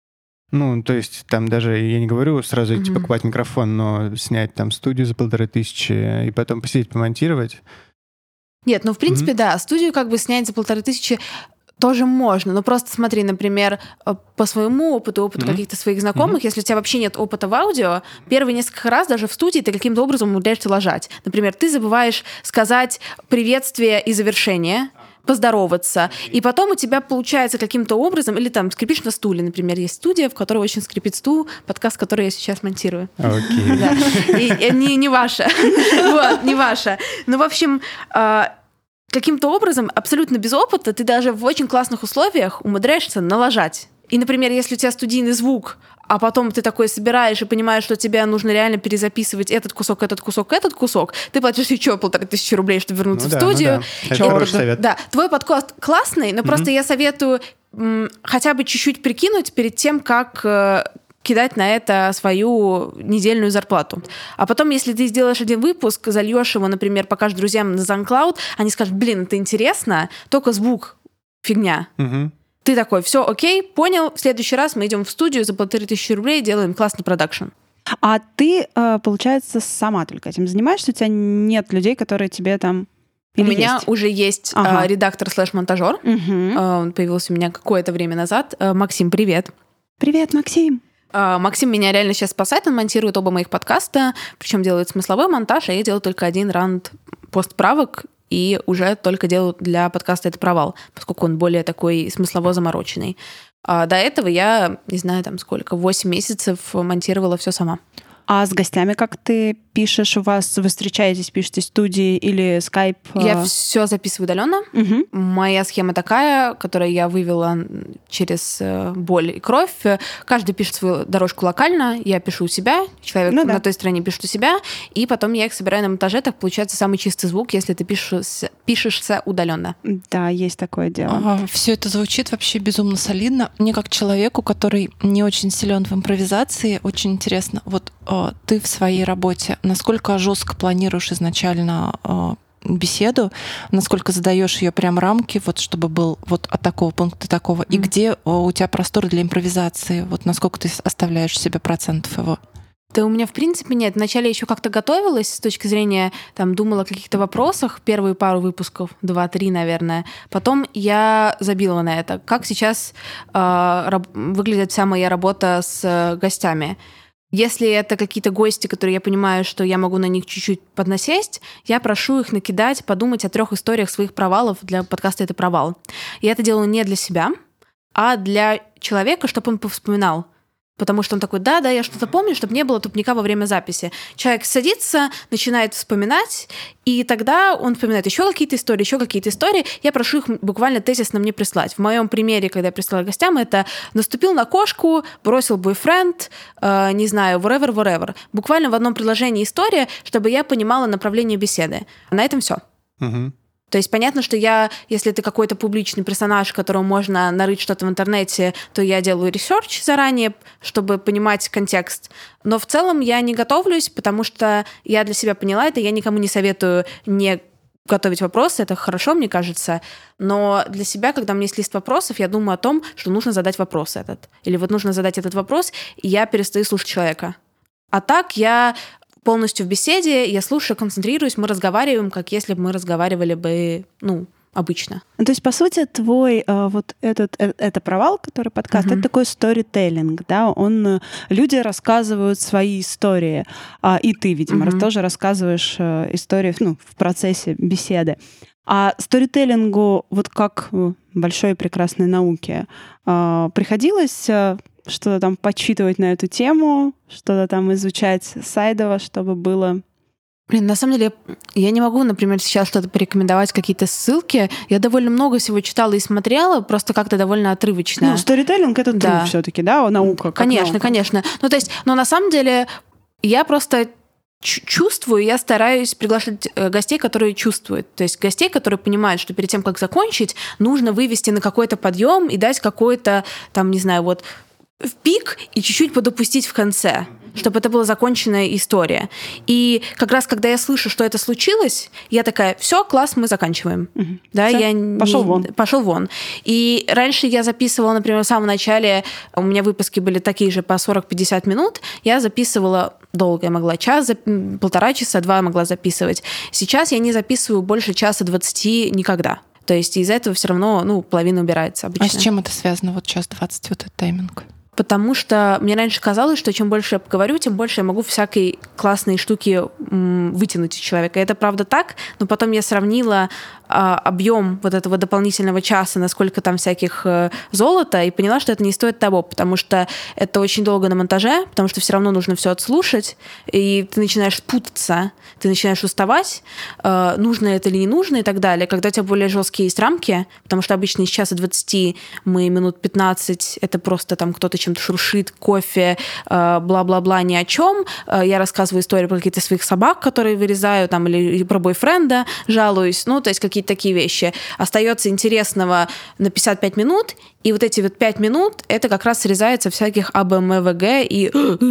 Ну, то есть там даже, я не говорю сразу идти Мгм. покупать микрофон, но снять там студию за полторы тысячи и потом посидеть, помонтировать. Нет, ну, в принципе, Мгм. да, студию как бы снять за полторы тысячи тоже можно. Но просто смотри, например, э, по своему опыту, опыту Мгм. каких-то своих знакомых, если у тебя вообще нет опыта в аудио, первые несколько раз даже в студии ты каким-то образом умудряешься лажать. Например, ты забываешь сказать приветствие и завершение, поздороваться, и потом у тебя получается каким-то образом, или там скрипишь на стуле, например, есть студия, в которой очень скрипит стул, подкаст, который я сейчас монтирую. Окей. Да. И, и не, не ваша. Вот, не ваша. Ну, в общем, а, каким-то образом, абсолютно без опыта, ты даже в очень классных условиях умудряешься налажать. И, например, если у тебя студийный звук, а потом ты такой собираешь и понимаешь, что тебе нужно реально перезаписывать этот кусок, этот кусок, этот кусок, ты платишь еще полторы тысячи рублей, чтобы вернуться Ну в да, студию. ну да. Это И- хороший совет. Да, твой подкаст классный, но просто я советую м, хотя бы чуть-чуть прикинуть перед тем, как э, кидать на это свою недельную зарплату. А потом, если ты сделаешь один выпуск, зальешь его, например, покажешь друзьям на SoundCloud, они скажут, блин, это интересно, только звук фигня. Мгм. Ты такой, все, окей, понял, в следующий раз мы идем в студию за полторы тысячи рублей, делаем классный продакшн. А ты, э, получается, сама только этим занимаешься? У тебя нет людей, которые тебе там... У Или меня есть? уже есть Ага. а, редактор слэш-монтажер. Мгм. А, Он появился у меня какое-то время назад. А, Максим, привет. Привет, Максим. А, Максим меня реально сейчас спасает, он монтирует оба моих подкаста, причем делает смысловой монтаж, а я делаю только один раунд постправок, и уже только делаю для подкаста «Это провал», поскольку он более такой смыслово замороченный. А до этого я, не знаю, там сколько, восемь месяцев монтировала все сама. А с гостями как ты пишешь? У вас вы встречаетесь, пишете в студии или скайп? Я все записываю удаленно. Мгм. Моя схема такая, которую я вывела через э, боль и кровь. Каждый пишет свою дорожку локально, я пишу у себя, человек Ну да. на той стороне пишет у себя, и потом я их собираю на монтаже, так получается самый чистый звук, если ты пишешь, пишешься удаленно. Да, есть такое дело. Все это звучит вообще безумно солидно. Мне как человеку, который не очень силен в импровизации, очень интересно. Вот э, ты в своей работе насколько жестко планируешь изначально э, беседу, насколько задаешь ее прям рамки, вот чтобы был вот от такого пункта до такого, и Мгм. где э, у тебя простор для импровизации, вот насколько ты оставляешь себе процентов его. Да у меня, в принципе, нет. Вначале я еще как-то готовилась с точки зрения, там, думала о каких-то вопросах, первые пару выпусков, два-три, наверное. Потом я забила на это. Как сейчас э, раб- выглядит вся моя работа с э, гостями? Если это какие-то гости, которые я понимаю, что я могу на них чуть-чуть поднасесть, я прошу их накидать, подумать о трех историях своих провалов для подкаста «Это провал». Я это делаю не для себя, а для человека, чтобы он повспоминал. Потому что он такой, да, да, я что-то помню, чтобы не было тупника во время записи. Человек садится, начинает вспоминать, и тогда он вспоминает еще какие-то истории, еще какие-то истории. Я прошу их буквально тезисно мне прислать. В моем примере, когда я прислала гостям, это наступил на кошку, бросил бойфренд, э, не знаю, whatever, whatever. Буквально в одном предложении история, чтобы я понимала направление беседы. На этом все. Угу. То есть понятно, что я, если ты какой-то публичный персонаж, которому можно нарыть что-то в интернете, то я делаю ресерч заранее, чтобы понимать контекст. Но в целом я не готовлюсь, потому что я для себя поняла это, я никому не советую не готовить вопросы, это хорошо, мне кажется. Но для себя, когда у меня есть лист вопросов, я думаю о том, что нужно задать вопрос этот. Или вот нужно задать этот вопрос, и я перестаю слушать человека. А так я... полностью в беседе, я слушаю, концентрируюсь, мы разговариваем, как если бы мы разговаривали бы, ну, обычно. Ну, то есть, по сути, твой э, вот этот э, это провал, который подкаст, uh-huh. это такой сторителлинг, да, он люди рассказывают свои истории, а, и ты, видимо, uh-huh. тоже рассказываешь э, истории, ну, в процессе беседы. А сторителлингу, вот как в большой и прекрасной науке, э, приходилось э, что-то там подсчитывать на эту тему, что-то там изучать сайдово, чтобы было... Блин, на самом деле, я не могу, например, сейчас что-то порекомендовать, какие-то ссылки. Я довольно много всего читала и смотрела, просто как-то довольно отрывочно. Ну, сторителлинг — это да. ты все-таки, да, наука? Как конечно, наука. конечно. Ну, то есть, но на самом деле я просто чувствую, я стараюсь приглашать гостей, которые чувствуют. То есть гостей, которые понимают, что перед тем, как закончить, нужно вывести на какой-то подъем и дать какой-то, там, не знаю, вот в пик и чуть-чуть подопустить в конце, чтобы это была законченная история. И как раз, когда я слышу, что это случилось, я такая, все, класс, мы заканчиваем. Угу. Да, Всё, я пошел не... вон. Пошел вон. И раньше я записывала, например, в самом начале, у меня выпуски были такие же по сорок-пятьдесят минут, я записывала долго, я могла час, полтора часа, два могла записывать. Сейчас я не записываю больше часа двадцати никогда. То есть из-за этого все равно, ну, половина убирается обычно. А с чем это связано, вот час двадцать, вот этот тайминг? Потому что мне раньше казалось, что чем больше я поговорю, тем больше я могу всякой классной штуки м, вытянуть из человека. И это правда так, но потом я сравнила а, объем вот этого дополнительного часа, насколько там всяких э, золота, и поняла, что это не стоит того, потому что это очень долго на монтаже, потому что все равно нужно все отслушать, и ты начинаешь путаться, ты начинаешь уставать, э, нужно это или не нужно и так далее. Когда у тебя более жесткие есть рамки, потому что обычно из часа двадцати мы минут пятнадцать, это просто там кто-то чем-то шуршит, кофе, э, бла-бла-бла, ни о чем. Э, я рассказываю истории про каких-то своих собак, которые вырезаю, там, или про бойфренда жалуюсь, ну, то есть какие-то такие вещи. Остается интересного на пятьдесят пять минут, и вот эти вот пять минут, это как раз срезается всяких АБМВГ и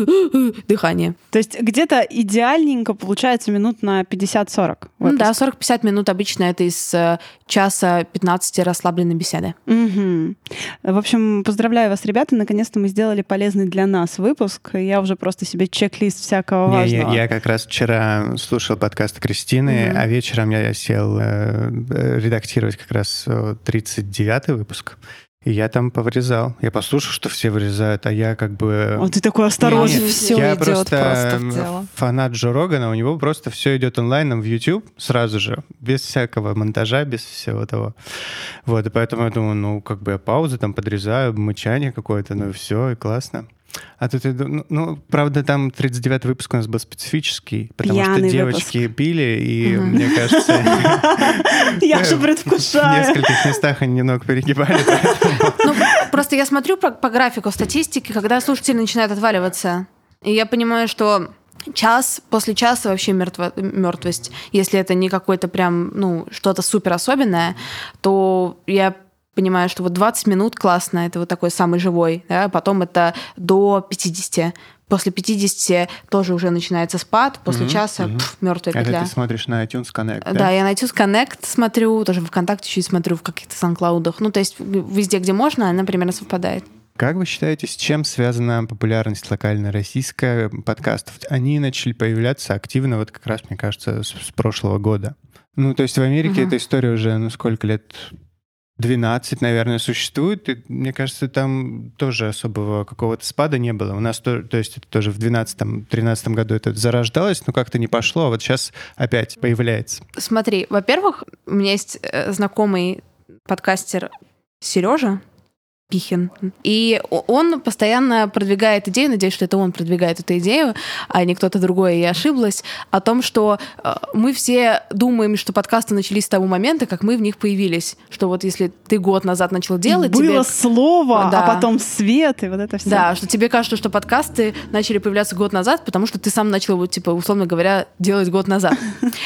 дыхание. То есть где-то идеальненько получается минут на пятьдесят-сорок. Ну, да, сорок-пятьдесят минут обычно это из часа пятнадцати расслабленной беседы. Угу. В общем, поздравляю вас, ребята. Наконец-то мы сделали полезный для нас выпуск. Я уже просто себе чек-лист всякого Не, важного. Я, я как раз вчера слушал подкаст Кристины, угу. а вечером я сел э, редактировать как раз тридцать девятый выпуск. И я там повырезал. Я послушал, что все вырезают, а я как бы... А ты такой осторожный. Нет, все я идет просто, просто в дело. Фанат Джо Рогана, у него просто все идет онлайном в YouTube сразу же, без всякого монтажа, без всего того. Вот, и поэтому я думаю, ну, как бы я паузу там подрезаю, мычание какое-то, ну и все, и классно. А тут, ну, ну, правда, там тридцать девятый выпуск у нас был специфический, потому Пьяный что девочки выпуск. пили, и, угу. мне кажется... Я же предвкушаю. В нескольких местах они немного перегибали. Ну, просто я смотрю по, по графику статистики, когда слушатели начинают отваливаться. И я понимаю, что час, после часа вообще мертво, мертвость. Если это не какой-то прям, ну, что-то супер особенное, то я понимаю, что вот двадцать минут классно, это вот такой самый живой, да? Потом это до пятидесяти. После пятидесяти тоже уже начинается спад, после mm-hmm, часа mm-hmm. пф, мертвая петля. Это ты смотришь на iTunes Connect, да? Да, я на iTunes Connect смотрю, тоже в ВКонтакте чуть смотрю, в каких-то SoundCloud'ах. Ну, то есть везде, где можно, она примерно совпадает. Как вы считаете, с чем связана популярность локально-российская подкастов? Они начали появляться активно вот как раз, мне кажется, с, с прошлого года. Ну, то есть в Америке mm-hmm. эта история уже, ну, сколько лет... двенадцать, наверное, существует. И, мне кажется, там тоже особого какого-то спада не было. У нас, то, то есть, это тоже в двенадцатом-тринадцатом году это зарождалось, но как-то не пошло, а вот сейчас опять появляется. Смотри, во-первых, у меня есть знакомый подкастер Сережа. Пихин. И он постоянно продвигает идею, надеюсь, что это он продвигает эту идею, а не кто-то другой, я ошиблась, о том, что мы все думаем, что подкасты начались с того момента, как мы в них появились. Что вот если ты год назад начал делать... Было тебе... слово, да. а потом свет, и вот это все. Да, что тебе кажется, что подкасты начали появляться год назад, потому что ты сам начал, вот, типа, условно говоря, делать год назад.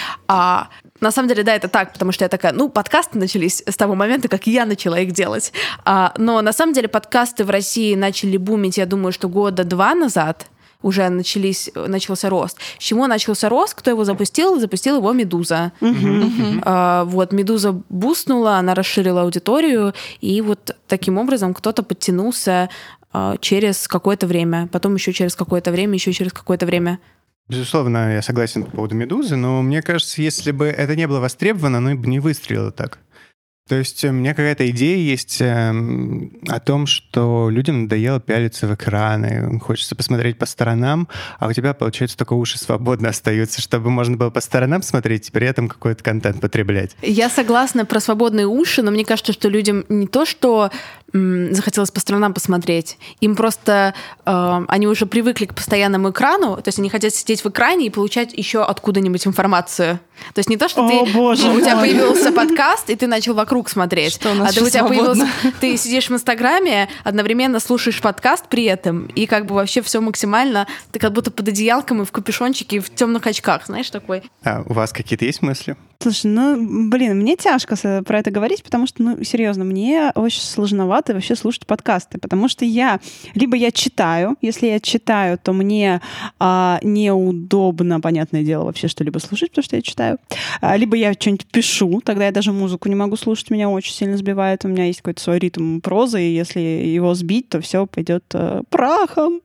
А на самом деле, да, это так, потому что я такая, ну, подкасты начались с того момента, как я начала их делать. А, но на самом деле подкасты в России начали бумить, я думаю, что года два назад уже начались, начался рост. С чего начался рост? Кто его запустил? Запустил его «Медуза». Uh-huh, uh-huh. А, вот, «Медуза» бустнула, она расширила аудиторию, и вот таким образом кто-то подтянулся а, через какое-то время, потом еще через какое-то время, еще через какое-то время. Безусловно, я согласен по поводу «Медузы», но мне кажется, если бы это не было востребовано, оно бы не выстрелило так. То есть у меня какая-то идея есть э, о том, что людям надоело пялиться в экраны, хочется посмотреть по сторонам, а у тебя, получается, только уши свободно остаются, чтобы можно было по сторонам смотреть и при этом какой-то контент потреблять. Я согласна про свободные уши, но мне кажется, что людям не то, что м, захотелось по сторонам посмотреть, им просто э, они уже привыкли к постоянному экрану, то есть они хотят сидеть в экране и получать еще откуда-нибудь информацию. То есть не то, что О, ты, боже у тебя мой. появился подкаст, и ты начал вокруг смотреть. Что у нас а ты, еще у тебя свободно. появился, ты сидишь в Инстаграме, одновременно слушаешь подкаст при этом, и как бы вообще все максимально, ты как будто под одеялком и в капюшончике, и в темных очках, знаешь, такой. А у вас какие-то есть мысли? Слушай, ну, блин, мне тяжко с- про это говорить, потому что, ну, серьезно, мне очень сложновато вообще слушать подкасты, потому что я, либо я читаю, если я читаю, то мне а, неудобно, понятное дело, вообще что-либо слушать, потому что я читаю, а, либо я что-нибудь пишу, тогда я даже музыку не могу слушать, меня очень сильно сбивает, у меня есть какой-то свой ритм прозы, и если его сбить, то все пойдет э, прахом.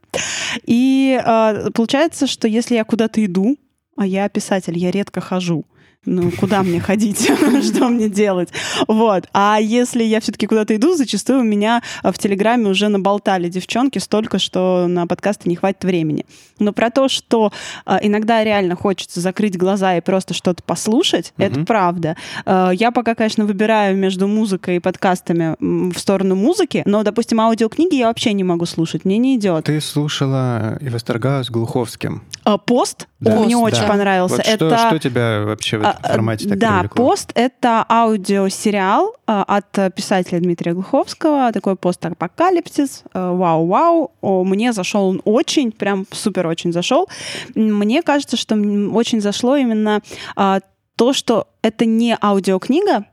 И э, получается, что если я куда-то иду, а я писатель, я редко хожу, ну, куда мне ходить, что мне делать? Вот. А если я все-таки куда-то иду, зачастую у меня в Телеграме уже наболтали девчонки столько, что на подкасты не хватит времени. Но про то, что э, иногда реально хочется закрыть глаза и просто что-то послушать, Мгм. это правда. Э, я пока, конечно, выбираю между музыкой и подкастами м, в сторону музыки, но, допустим, аудиокниги я вообще не могу слушать, мне не идет. Ты слушала и восторгалась Глуховским. А, пост? Да. О, мне Пост, очень да. понравился. Вот что, это... что тебя вообще в этом А, формате так Да, привлекло? «Пост» — это аудиосериал а, от писателя Дмитрия Глуховского, такой постапокалипсис, а, вау-вау. О, мне зашел он очень, прям супер очень зашел. Мне кажется, что м, очень зашло именно а, то, что это не аудиокнига,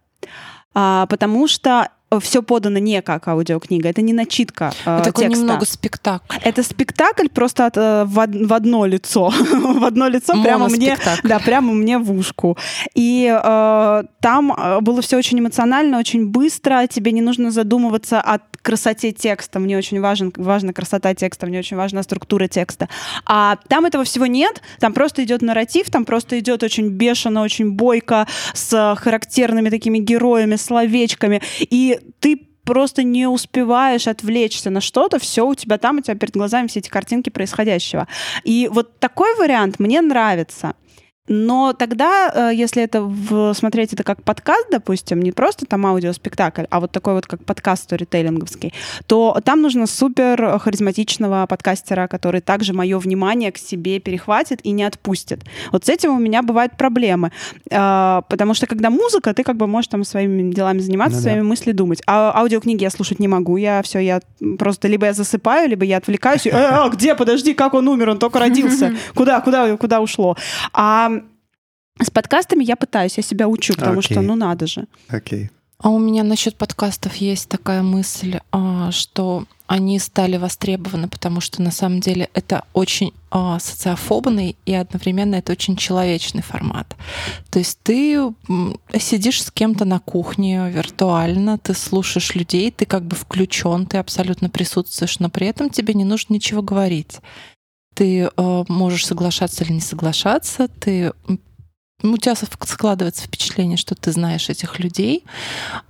а, потому что все подано не как аудиокнига, это не начитка э, Это такой текста. немного спектакль. Это спектакль просто от, э, в, од- в одно лицо. в одно лицо прямо мне, Моноспектакль. да, прямо мне в ушку. И э, там э, было все очень эмоционально, очень быстро. Тебе не нужно задумываться о красоте текста. Мне очень важен, важна красота текста, мне очень важна структура текста. А там этого всего нет. Там просто идет нарратив, там просто идет очень бешено, очень бойко, с характерными такими героями, словечками. И ты просто не успеваешь отвлечься на что-то, все у тебя там, у тебя перед глазами все эти картинки происходящего. И вот такой вариант мне нравится. Но тогда, если это в, смотреть это как подкаст, допустим, не просто там аудиоспектакль, а вот такой вот как подкаст сторителлинговский, то там нужно супер харизматичного подкастера, который также мое внимание к себе перехватит и не отпустит. Вот с этим у меня бывают проблемы. Потому что когда музыка, ты как бы можешь там своими делами заниматься, Ну, своими да. мыслями думать. А аудиокниги я слушать не могу. Я все, я просто либо я засыпаю, либо я отвлекаюсь. И, э, а, где, подожди, как он умер? Он только родился. Куда, куда, куда ушло? А с подкастами я пытаюсь, я себя учу, потому Окей. что, ну, надо же. Окей. А у меня насчет подкастов есть такая мысль, а, что они стали востребованы, потому что на самом деле это очень а, социофобный и одновременно это очень человечный формат. То есть ты м, сидишь с кем-то на кухне виртуально, ты слушаешь людей, ты как бы включен, ты абсолютно присутствуешь, но при этом тебе не нужно ничего говорить. Ты а, можешь соглашаться или не соглашаться, ты у тебя складывается впечатление, что ты знаешь этих людей,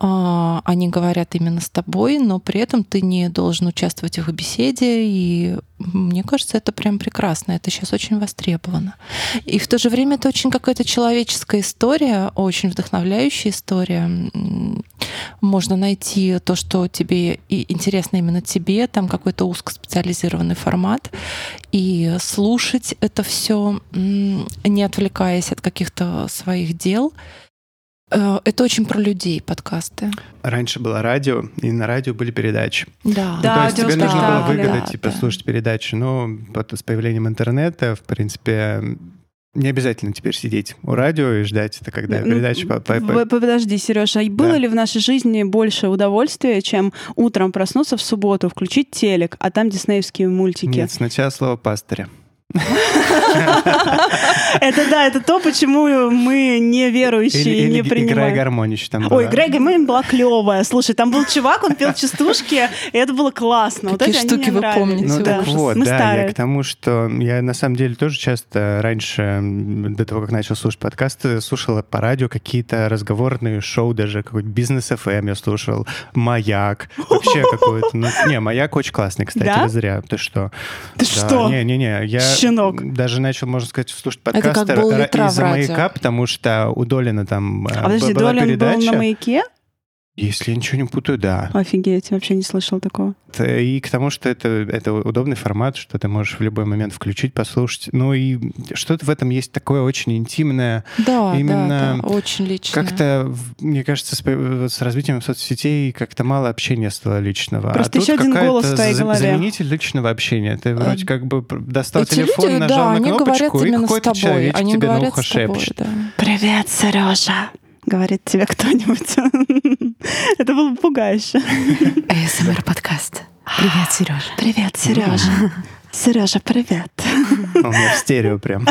они говорят именно с тобой, но при этом ты не должен участвовать в их беседе, и мне кажется, это прям прекрасно. Это сейчас очень востребовано. И в то же время это очень какая-то человеческая история, очень вдохновляющая история. Можно найти то, что тебе и интересно именно тебе, там какой-то узкоспециализированный формат, и слушать это все, не отвлекаясь от каких-то своих дел. Это очень про людей, подкасты. Раньше было радио, и на радио были передачи. Да, ну, да, то есть тебе да, нужно было выгодать, да, типа, да. слушать передачи. Но вот с появлением интернета, в принципе, не обязательно теперь сидеть у радио и ждать, это когда Ну, передача... по- по- по- Подожди, Сережа, а было Да. ли в нашей жизни больше удовольствия, чем утром проснуться в субботу, включить телек, а там диснеевские мультики? Нет, сначала слово пастыря. Это да, это то, почему мы не верующие Или, и не или «Играй принимаем. гармонь» еще там была. Ой, Грег Гармонь была клевая. Слушай, там был чувак, он пел частушки, и это было классно. Вот Какие это они штуки мне вы нравились. помните? Ну Да. так вот, Мы да, старые. я к тому, что я на самом деле тоже часто раньше, м, до того, как начал слушать подкасты, слушал по радио какие-то разговорные шоу, даже какой-то бизнес эф эм я слушал, Маяк, вообще какой-то. Ну, не, Маяк очень классный, кстати, Да? вы зря. Ты что? Ты Да, что? Не-не-не, я Щенок. даже начал, можно сказать, слушать Это как подкасты был ра- литра в из-за радио. Маяка, потому что у Долина там э, А подожди, была Долин был передача. на «Маяке»? Если я ничего не путаю, да. Офигеть, вообще не слышал такого. Т- И к тому, что это, это удобный формат, что ты можешь в любой момент включить, послушать. Ну и что-то в этом есть такое очень интимное. Да, Именно да, да, очень лично. Как-то, в- мне кажется, с, по- с развитием соцсетей как-то мало общения стало личного. Просто а тут еще один какая-то голос в твоей за- голове. заменитель личного общения. Ты вроде как бы пр- достал Эти телефон, люди, нажал да, на они говорят кнопочку, и именно с какой-то тобой. человечек Они тебе на говорят ухо с тобой, шепчет. да. «Привет, Сережа!» говорит тебе кто-нибудь. Это было пугающе. эй эс эм ар-подкаст. Привет, Сережа. Привет, Сережа. Сережа, привет. У меня в стерео прям.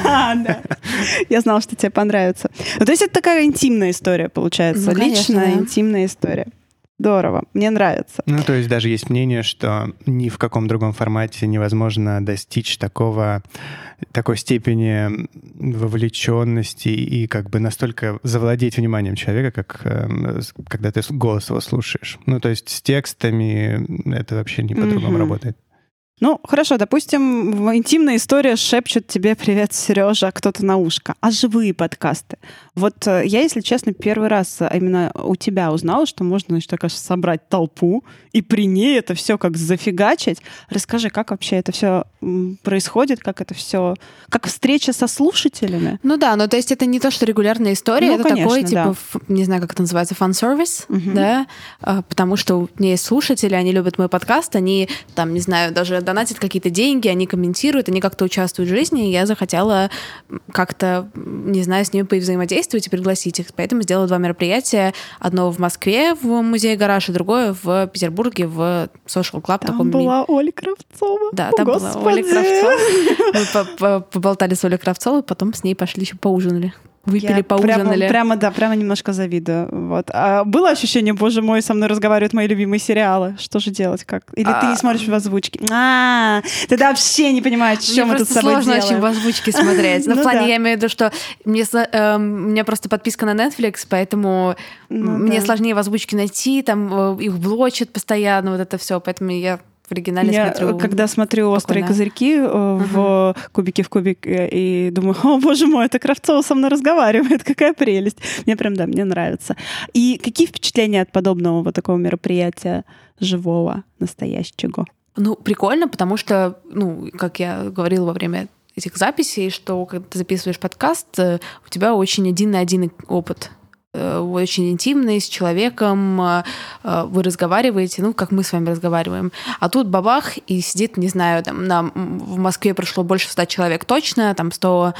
Да. Я знала, что тебе понравится. Ну, то есть это такая интимная история, получается. Ну, конечно, Личная, да. интимная история. Здорово. Мне нравится. Ну, то есть даже есть мнение, что ни в каком другом формате невозможно достичь такого, такой степени вовлеченности и как бы настолько завладеть вниманием человека, как э, с- когда ты с- голос его слушаешь. Ну, то есть с текстами это вообще не по-другому Мгм. работает. Ну, хорошо, допустим, в- интимная история шепчет тебе «Привет, Сережа», кто-то на ушко. А живые подкасты? Вот э, я, если честно, первый раз э, именно у тебя узнала, что можно, значит, так, кажется, собрать толпу и при ней это все как зафигачить. Расскажи, как вообще это все происходит, как это все, как встреча со слушателями? Ну да, ну то есть это не то, что регулярная история, Ну, это конечно, такой, типа, да. ф- не знаю, как это называется, фан-сервис, Мгм. да, а, потому что у меня есть слушатели, они любят мой подкаст, они там, не знаю, даже донатят какие-то деньги, они комментируют, они как-то участвуют в жизни, и я захотела как-то, не знаю, с ними повзаимодействовать и пригласить их. Поэтому сделала два мероприятия. Одно в Москве в музее «Гараж», и другое в Петербурге в Social Club. Там таком ми- была Оля Кравцова. Да, О, там была Оля Господи! Кравцова. Мы по- по- поболтали с Олей Кравцовой, потом с ней пошли еще поужинали. Выпили, Я поужинали. Прямо, прямо, да, прямо немножко завидую. Вот. А было ощущение, боже мой, со мной разговаривают мои любимые сериалы. Что же делать? Как? Или ты не смотришь в озвучке? А, тогда вообще не понимаешь, что Мне мы тут с просто собой сложно очень делаем. в озвучке смотреть. Ну, Ну в плане, да. я имею в виду, что мне, сл- эм, у меня просто подписка на Netflix, поэтому Ну мне да. сложнее в озвучке найти, там э, их блочат постоянно, вот это все, поэтому я в оригинале Я, смотрю. когда смотрю «Острые спокойно. козырьки» э, в «Кубике в кубик» э, и думаю, о, боже мой, это Кравцова со мной разговаривает, какая прелесть. Мне прям, да, мне нравится. И какие впечатления от подобного вот такого мероприятия живого, настоящего? Ну, прикольно, потому что, ну, как я говорила во время этих записей, что когда ты записываешь подкаст, э, у тебя очень один на один опыт. Э, Очень интимный, с человеком, э, э, вы разговариваете, ну, как мы с вами разговариваем. А тут бабах, и сидит, не знаю, там, на, в Москве прошло больше ста человек точно, там сто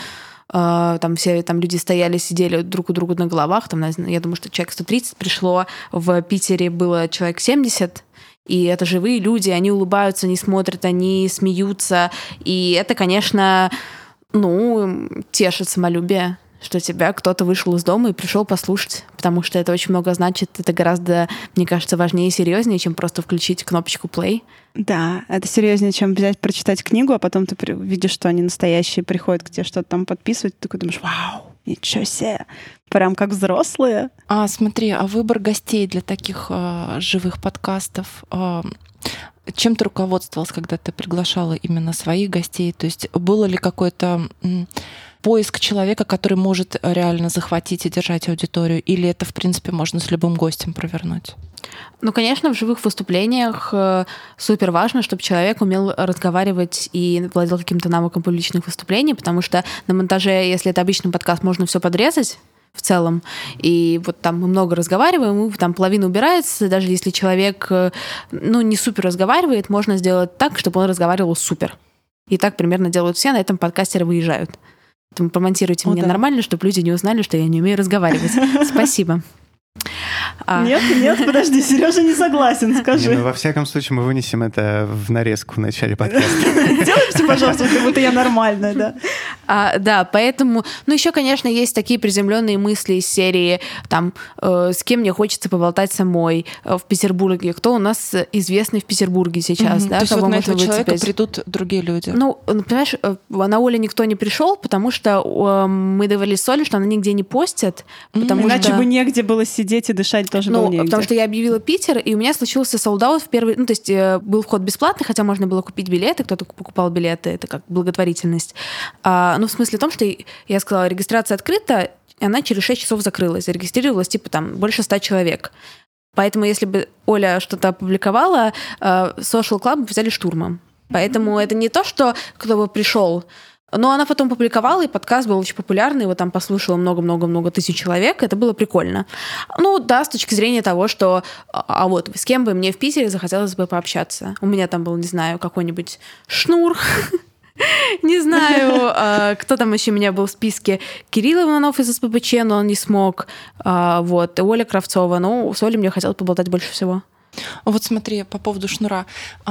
э, там все там люди стояли, сидели друг у друга на головах, там, я думаю, что человек сто тридцать пришло, в Питере было человек семьдесят, и это живые люди, они улыбаются, они смотрят, они смеются. И это, конечно, ну, тешит самолюбие, что тебя кто-то вышел из дома и пришел послушать, потому что это очень много значит. Это гораздо, мне кажется, важнее и серьезнее, чем просто включить кнопочку play. Да, это серьезнее, чем взять, прочитать книгу, а потом ты при- видишь, что они настоящие, приходят к тебе что-то там подписывать, ты такой думаешь, вау, ничего себе, прям как взрослые. А смотри, а выбор гостей для таких э, живых подкастов, э, Чем ты руководствовалась, когда ты приглашала именно своих гостей? То есть было ли какой-то поиск человека, который может реально захватить и держать аудиторию? Или это, в принципе, можно с любым гостем провернуть? Ну, конечно, в живых выступлениях супер важно, чтобы человек умел разговаривать и владел каким-то навыком публичных выступлений, потому что на монтаже, если это обычный подкаст, можно все подрезать в целом. И вот там мы много разговариваем, и там половина убирается. Даже если человек, ну, не супер разговаривает, можно сделать так, чтобы он разговаривал супер. И так примерно делают все, на этом подкастеры выезжают. Поэтому промонтируйте О, мне да. нормально, чтобы люди не узнали, что я не умею разговаривать. Спасибо. А. Нет, нет, подожди, Сережа не согласен, скажи. Не, ну, во всяком случае, мы вынесем это в нарезку в начале подкаста. Сделайте, пожалуйста, как будто я нормальная, да. А, да, поэтому... Ну, еще, конечно, есть такие приземленные мысли из серии, там, э, с кем мне хочется поболтать самой э, в Петербурге, кто у нас известный в Петербурге сейчас, Мгм. да, То есть кого вот на можно этого человека выцепить. придут другие люди. Ну, понимаешь, э, на Оле никто не пришел, потому что э, мы договорились с Олей, что она нигде не постит, потому Иначе что... бы негде было сидеть и дышать тоже Ну, было негде. потому что я объявила Питер, и у меня случился солд-аут в первый... Ну, то есть э, был вход бесплатный, хотя можно было купить билеты, кто-то покупал билеты, это как благотворительность. А, ну, в смысле в том, что я сказала, регистрация открыта, и она через шесть часов закрылась. Зарегистрировалось, типа, там, больше ста человек. Поэтому, если бы Оля что-то опубликовала, э, Social Club взяли штурмом. Поэтому это не то, что кто бы пришел. Но она потом публиковала, и подкаст был очень популярный, его там послушало много-много-много тысяч человек, это было прикольно. Ну да, с точки зрения того, что а, а вот с кем бы мне в Питере захотелось бы пообщаться. У меня там был, не знаю, какой-нибудь Шнур, не знаю, кто там еще у меня был в списке. Кирилл Иванов из СПБЧ, но он не смог. Вот, Оля Кравцова. Ну, с Олей мне хотелось поболтать больше всего. Вот смотри, по поводу Шнура.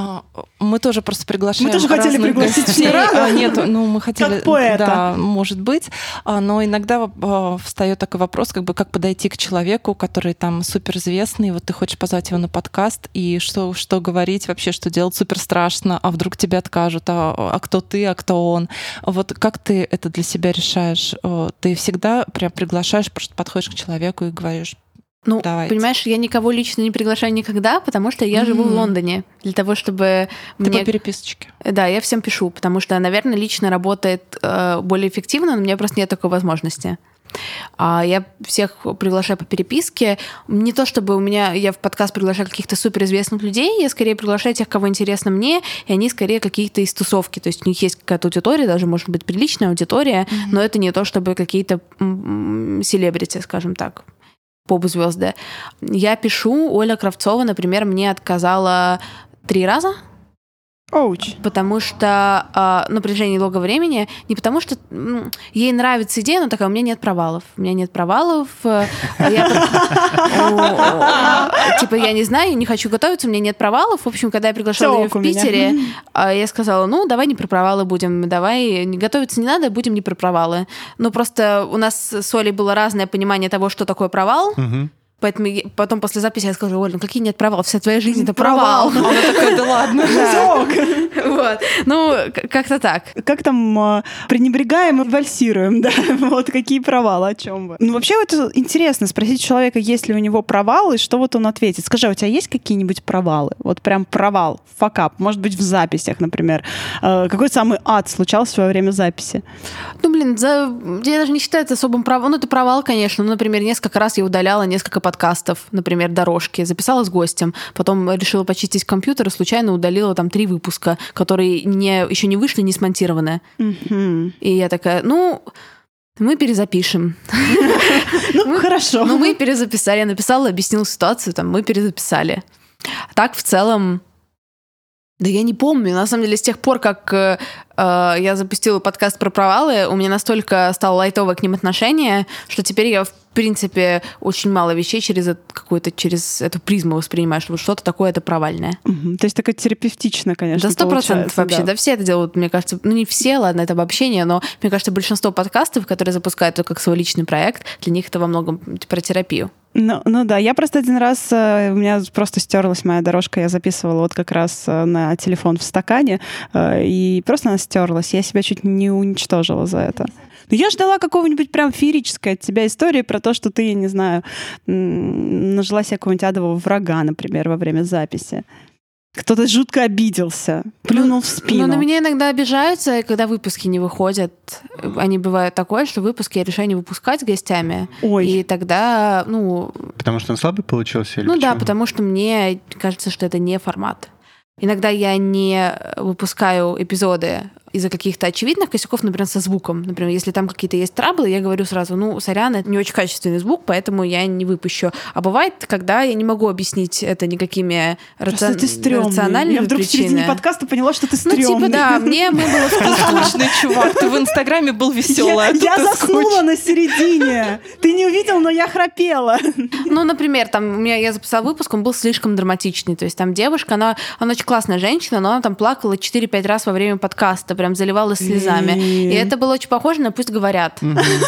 Мы тоже просто приглашаем Мы тоже хотели разных пригласить гостей. Шнура. Нет, ну мы хотели... Как поэта. Да, может быть. Но иногда встает такой вопрос, как бы как подойти к человеку, который там суперизвестный, вот ты хочешь позвать его на подкаст, и что, что говорить вообще, что делать супер страшно, а вдруг тебе откажут, а, а кто ты, а кто он. Вот как ты это для себя решаешь? Ты всегда прям приглашаешь, просто подходишь к человеку и говоришь: Ну, давайте. Понимаешь, я никого лично не приглашаю никогда, потому что я mm-hmm. живу в Лондоне. Для того, чтобы... Ты мне... по переписочке? Да, я всем пишу, потому что, наверное, лично работает э, более эффективно, но у меня просто нет такой возможности. А я всех приглашаю по переписке. Не то чтобы у меня я в подкаст приглашаю каких-то суперизвестных людей, я скорее приглашаю тех, кого интересно мне, и они скорее какие-то из тусовки. То есть у них есть какая-то аудитория, даже может быть приличная аудитория, mm-hmm. но это не то, чтобы какие-то селебрити, скажем так. Поп-звезды. Я пишу, Оля Кравцова, например, мне отказала три раза. Оуч. Потому что э, на протяжении долгого времени, не потому что м, ей нравится идея, но такая, у меня нет провалов. У меня нет провалов. Типа, я не знаю, не хочу готовиться, у меня нет провалов. В общем, когда я приглашала ее в Питере, я сказала, ну, давай не про провалы будем, давай готовиться не надо, будем не про провалы. Ну, просто у нас с Олей было разное понимание того, что такое провал. Поэтому потом после записи я скажу: Оль, ну какие нет провалов, вся твоя жизнь — это провал. Она такая: да ладно. Вот. Ну, как-то так. Как там пренебрегаем и вальсируем, да? Вот какие провалы, о чем вы? Ну, вообще, это интересно спросить человека, есть ли у него провалы, и что вот он ответит. Скажи, а у тебя есть какие-нибудь провалы? Вот прям провал, факап, может быть, в записях, например. Какой самый ад случался во время записи? Ну, блин, за... я даже не считаю это особым провалом. Ну, это провал, конечно. Ну, например, несколько раз я удаляла несколько подкастов, например, дорожки, записала с гостем, потом решила почистить компьютер и случайно удалила там три выпуска, которые не, еще не вышли, не смонтированы. Mm-hmm. И я такая, ну, мы перезапишем. Ну, хорошо. Ну, мы перезаписали. Я написала, объяснила ситуацию, там, мы перезаписали. Так, в целом, да я не помню. На самом деле, с тех пор, как э, я запустила подкаст про провалы, у меня настолько стало лайтовое к ним отношение, что теперь я, в принципе, очень мало вещей через какую-то, через эту призму воспринимаю, что вот что-то такое это провальное. Угу. То есть такое терапевтично, конечно, Да, сто процентов вообще. Да. да, все это делают, мне кажется. Ну, не все, ладно, это обобщение, но, мне кажется, большинство подкастов, которые запускают это как свой личный проект, для них это во многом про терапию. Ну, ну да, я просто один раз, у меня просто стерлась моя дорожка, я записывала вот как раз на телефон в стакане, и просто она стерлась. Я себя чуть не уничтожила за это. Но я ждала какого-нибудь прям феерической от тебя истории про то, что ты, я не знаю, нажила себе какого-нибудь адового врага, например, во время записи. кто-то жутко обиделся, плюнул ну, в спину. Ну, на меня иногда обижаются, когда выпуски не выходят. Они бывают такое, что выпуски я решаю не выпускать с гостями. Ой. И тогда, ну... Потому что он слабый получился? Или ну почему? да, потому что мне кажется, что это не формат. Иногда я не выпускаю эпизоды из-за каких-то очевидных косяков, например, со звуком. Например, если там какие-то есть траблы, я говорю сразу, ну, сорян, это не очень качественный звук, поэтому я не выпущу. А бывает, когда я не могу объяснить это никакими рацион... рациональными Я вдруг причинами. в середине подкаста поняла, что ты стрёмный. Ну, типа, да, мне мы было скучный чувак. Ты в Инстаграме был веселый. Я заснула на середине. Ты не увидел, но я храпела. Ну, например, там у меня я записала выпуск, он был слишком драматичный. То есть там девушка, она, она очень классная женщина, но она там плакала четыре-пять раз во время подкаста, прям заливалась слезами. И это было очень похоже на «Пусть говорят».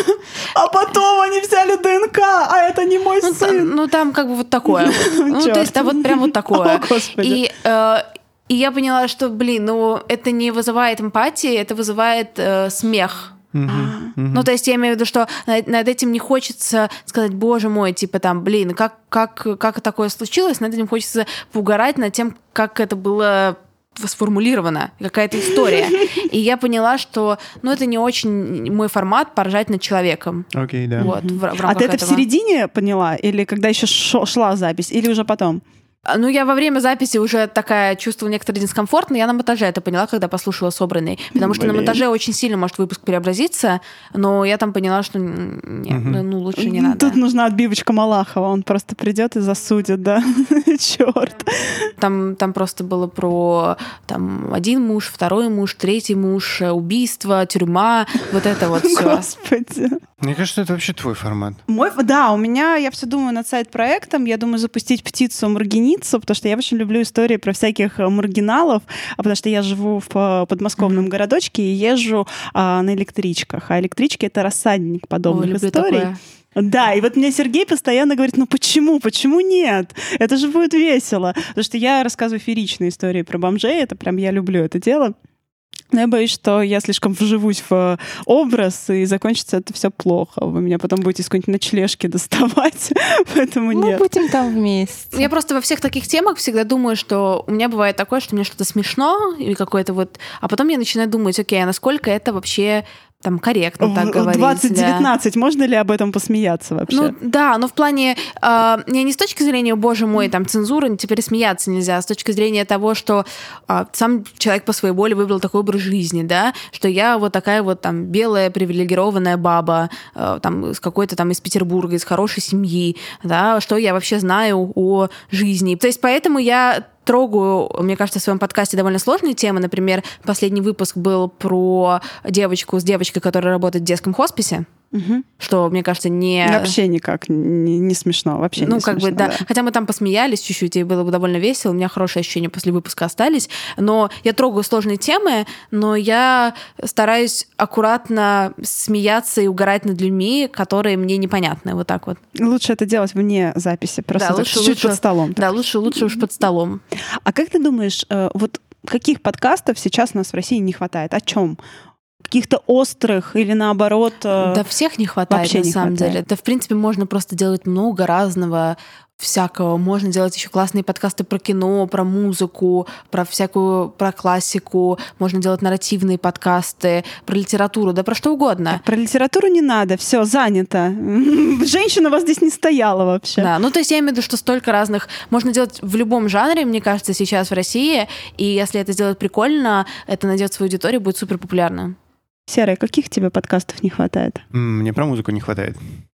А потом они взяли ДНК, а это не мой ну, сын. Там, ну, там как бы вот такое. Вот. Ну, то есть, да, вот прям вот такое. О, Господи. И, э, и я поняла, что, блин, ну, это не вызывает эмпатии, это вызывает э, смех. Uh-huh, uh-huh. Ну, то есть я имею в виду, что над, над этим не хочется сказать, боже мой, типа там, блин, как, как, как такое случилось, над этим хочется поугарать над тем, как это было сформулировано, какая-то история. И я поняла, что, ну, это не очень мой формат поржать над человеком. Окей, okay, да. Вот, в, в а рамках ты это этого. в середине поняла? Или когда еще шла запись? Или уже потом? Ну, я во время записи уже такая чувствовала некоторый дискомфорт, но я на монтаже это поняла, когда послушала собранный. Потому что Блин. на монтаже очень сильно может выпуск преобразиться, но я там поняла, что нет, угу. ну лучше не надо. Тут нужна отбивочка Малахова, он просто придет и засудит, да. Черт. Там, там просто было про там, один муж, второй муж, третий муж, убийство, тюрьма, вот это вот все. Господи. Мне кажется, это вообще твой формат. Мой, да, у меня, я все думаю над сайт-проектом, я думаю запустить птицу Маргиницу, потому что я очень люблю истории про всяких маргиналов, потому что я живу в подмосковном mm-hmm. городочке и езжу а, на электричках, а электрички — это рассадник подобных Ой, историй. Такое. Да, и вот мне Сергей постоянно говорит, ну почему, почему нет? Это же будет весело. Потому что я рассказываю фееричные истории про бомжей, это прям я люблю это дело. Но я боюсь, что я слишком вживусь в образ, и закончится это все плохо. Вы меня потом будете из какой-нибудь ночлежки доставать, поэтому Мы нет. Мы будем там вместе. Я просто во всех таких темах всегда думаю, что у меня бывает такое, что мне что-то смешно, или какое-то вот... А потом я начинаю думать, окей, а насколько это вообще... там корректно так говорить. двадцать девятнадцать, да. Можно ли об этом посмеяться вообще? Ну да, но в плане, э, я не с точки зрения, боже мой, там цензуры, теперь смеяться нельзя, а с точки зрения того, что э, сам человек по своей воле выбрал такой образ жизни, да, что я вот такая вот там белая привилегированная баба, э, там с какой-то там из Петербурга, из хорошей семьи, да, что я вообще знаю о жизни. То есть поэтому я трогаю, мне кажется, в своем подкасте довольно сложные темы. Например, последний выпуск был про девочку с девочкой, которая работает в детском хосписе. Угу. Что, мне кажется, не... Вообще никак не, не смешно. Вообще ну, не как смешно, бы, да. да. Хотя мы там посмеялись чуть-чуть, и было бы довольно весело. У меня хорошие ощущения после выпуска остались. Но я трогаю сложные темы, но я стараюсь аккуратно смеяться и угорать над людьми, которые мне непонятны. Вот так вот. Лучше это делать вне записи, просто да, лучше, чуть-чуть лучше, под столом. Да, лучше, лучше уж под столом. А как ты думаешь, вот каких подкастов сейчас у нас в России не хватает? О чем? Каких-то острых или наоборот... Да всех не хватает, на не самом хватает. деле. Да, в принципе, можно просто делать много разного всякого. Можно делать еще классные подкасты про кино, про музыку, про всякую, про классику. Можно делать нарративные подкасты, про литературу, да про что угодно. Так, про литературу не надо, все занято. Женщина у вас здесь не стояла вообще. Да, ну то есть я имею в виду, что столько разных... Можно делать в любом жанре, мне кажется, сейчас в России, и если это сделать прикольно, это найдет свою аудиторию, будет супер популярно. Серый, каких тебе подкастов не хватает? Мне про музыку не хватает.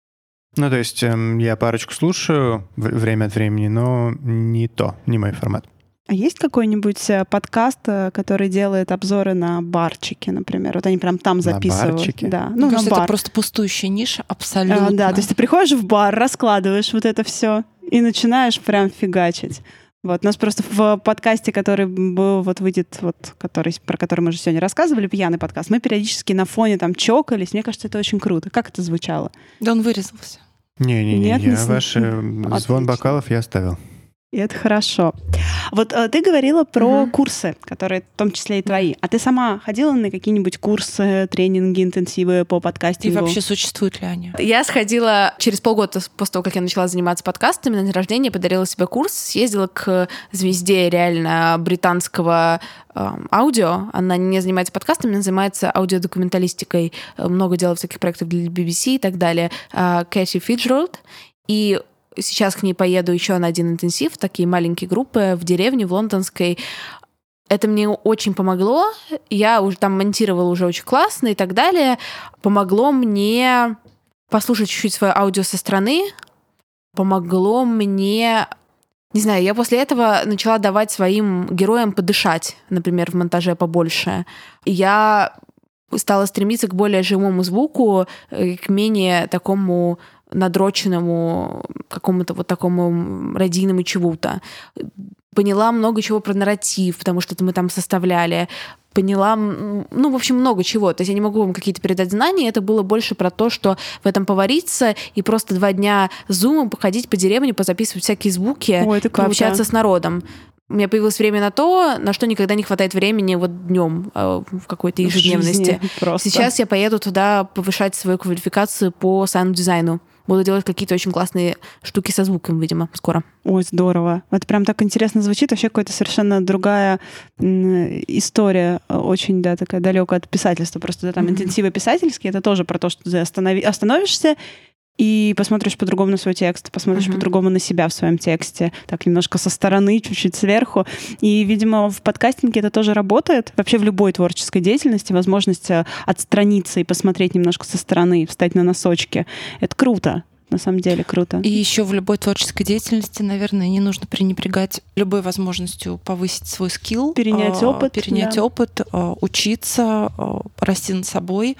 Ну, то есть эм, я парочку слушаю время от времени, но не то, не мой формат. А есть какой-нибудь подкаст, который делает обзоры на барчики, например? Вот они прям там записывают. На барчики? Да. Ну, ну, кажется, на бар. это просто пустующая ниша, абсолютно. А, да, то есть ты приходишь в бар, раскладываешь вот это все и начинаешь прям фигачить. Вот, у нас просто в подкасте, который был, вот выйдет, вот, который, про который мы же сегодня рассказывали, пьяный подкаст, мы периодически на фоне там чокались. Мне кажется, это очень круто. Как это звучало? Да он вырезался. Не-не-не, Нет, я не с- ваш э, звон Отлично. бокалов я оставил. И это хорошо. Вот э, ты говорила про Угу. курсы, которые в том числе и твои. А ты сама ходила на какие-нибудь курсы, тренинги, интенсивы по И подкастингу? вообще существуют ли они? Я сходила через полгода после того, как я начала заниматься подкастами, на день рождения подарила себе курс, съездила к звезде реально британского э, аудио. Она не занимается подкастами, она занимается аудиодокументалистикой, э, много делает всяких проектов для би би си и так далее. Э, Кэти Фиджеральд. И сейчас к ней поеду еще на один интенсив, такие маленькие группы в деревне, в лондонской. Это мне очень помогло. Я уже там монтировала уже очень классно и так далее. Помогло мне послушать чуть-чуть свое аудио со стороны. Помогло мне... Не знаю, я после этого начала давать своим героям подышать, например, в монтаже побольше. Я стала стремиться к более живому звуку, к менее такому надроченному, какому-то вот такому радийному чего-то. Поняла много чего про нарратив, потому что это мы там составляли. Поняла, ну, в общем, много чего. То есть я не могу вам какие-то передать знания. Это было больше про то, что в этом повариться и просто два дня зумом походить по деревне, позаписывать всякие звуки, Ой, это круто. пообщаться с народом. У меня появилось время на то, на что никогда не хватает времени вот днем в какой-то В ежедневности. жизни просто. Сейчас я поеду туда повышать свою квалификацию по саунд-дизайну. Буду делать какие-то очень классные штуки со звуком, видимо, скоро. Ой, здорово. Это прям так интересно звучит. Вообще какая-то совершенно другая м, история. Очень, да, такая далекая от писательства. Просто да, там mm-hmm. интенсивы писательские. Это тоже про то, что ты останови... остановишься и посмотришь по-другому на свой текст, посмотришь mm-hmm. по-другому на себя в своем тексте, так немножко со стороны, чуть-чуть сверху. И, видимо, в подкастинге это тоже работает. Вообще в любой творческой деятельности возможность отстраниться и посмотреть немножко со стороны, встать на носочки. Это круто. На самом деле круто. И еще в любой творческой деятельности, наверное, не нужно пренебрегать любой возможностью повысить свой скилл, перенять опыт, перенять да. опыт, учиться, расти над собой.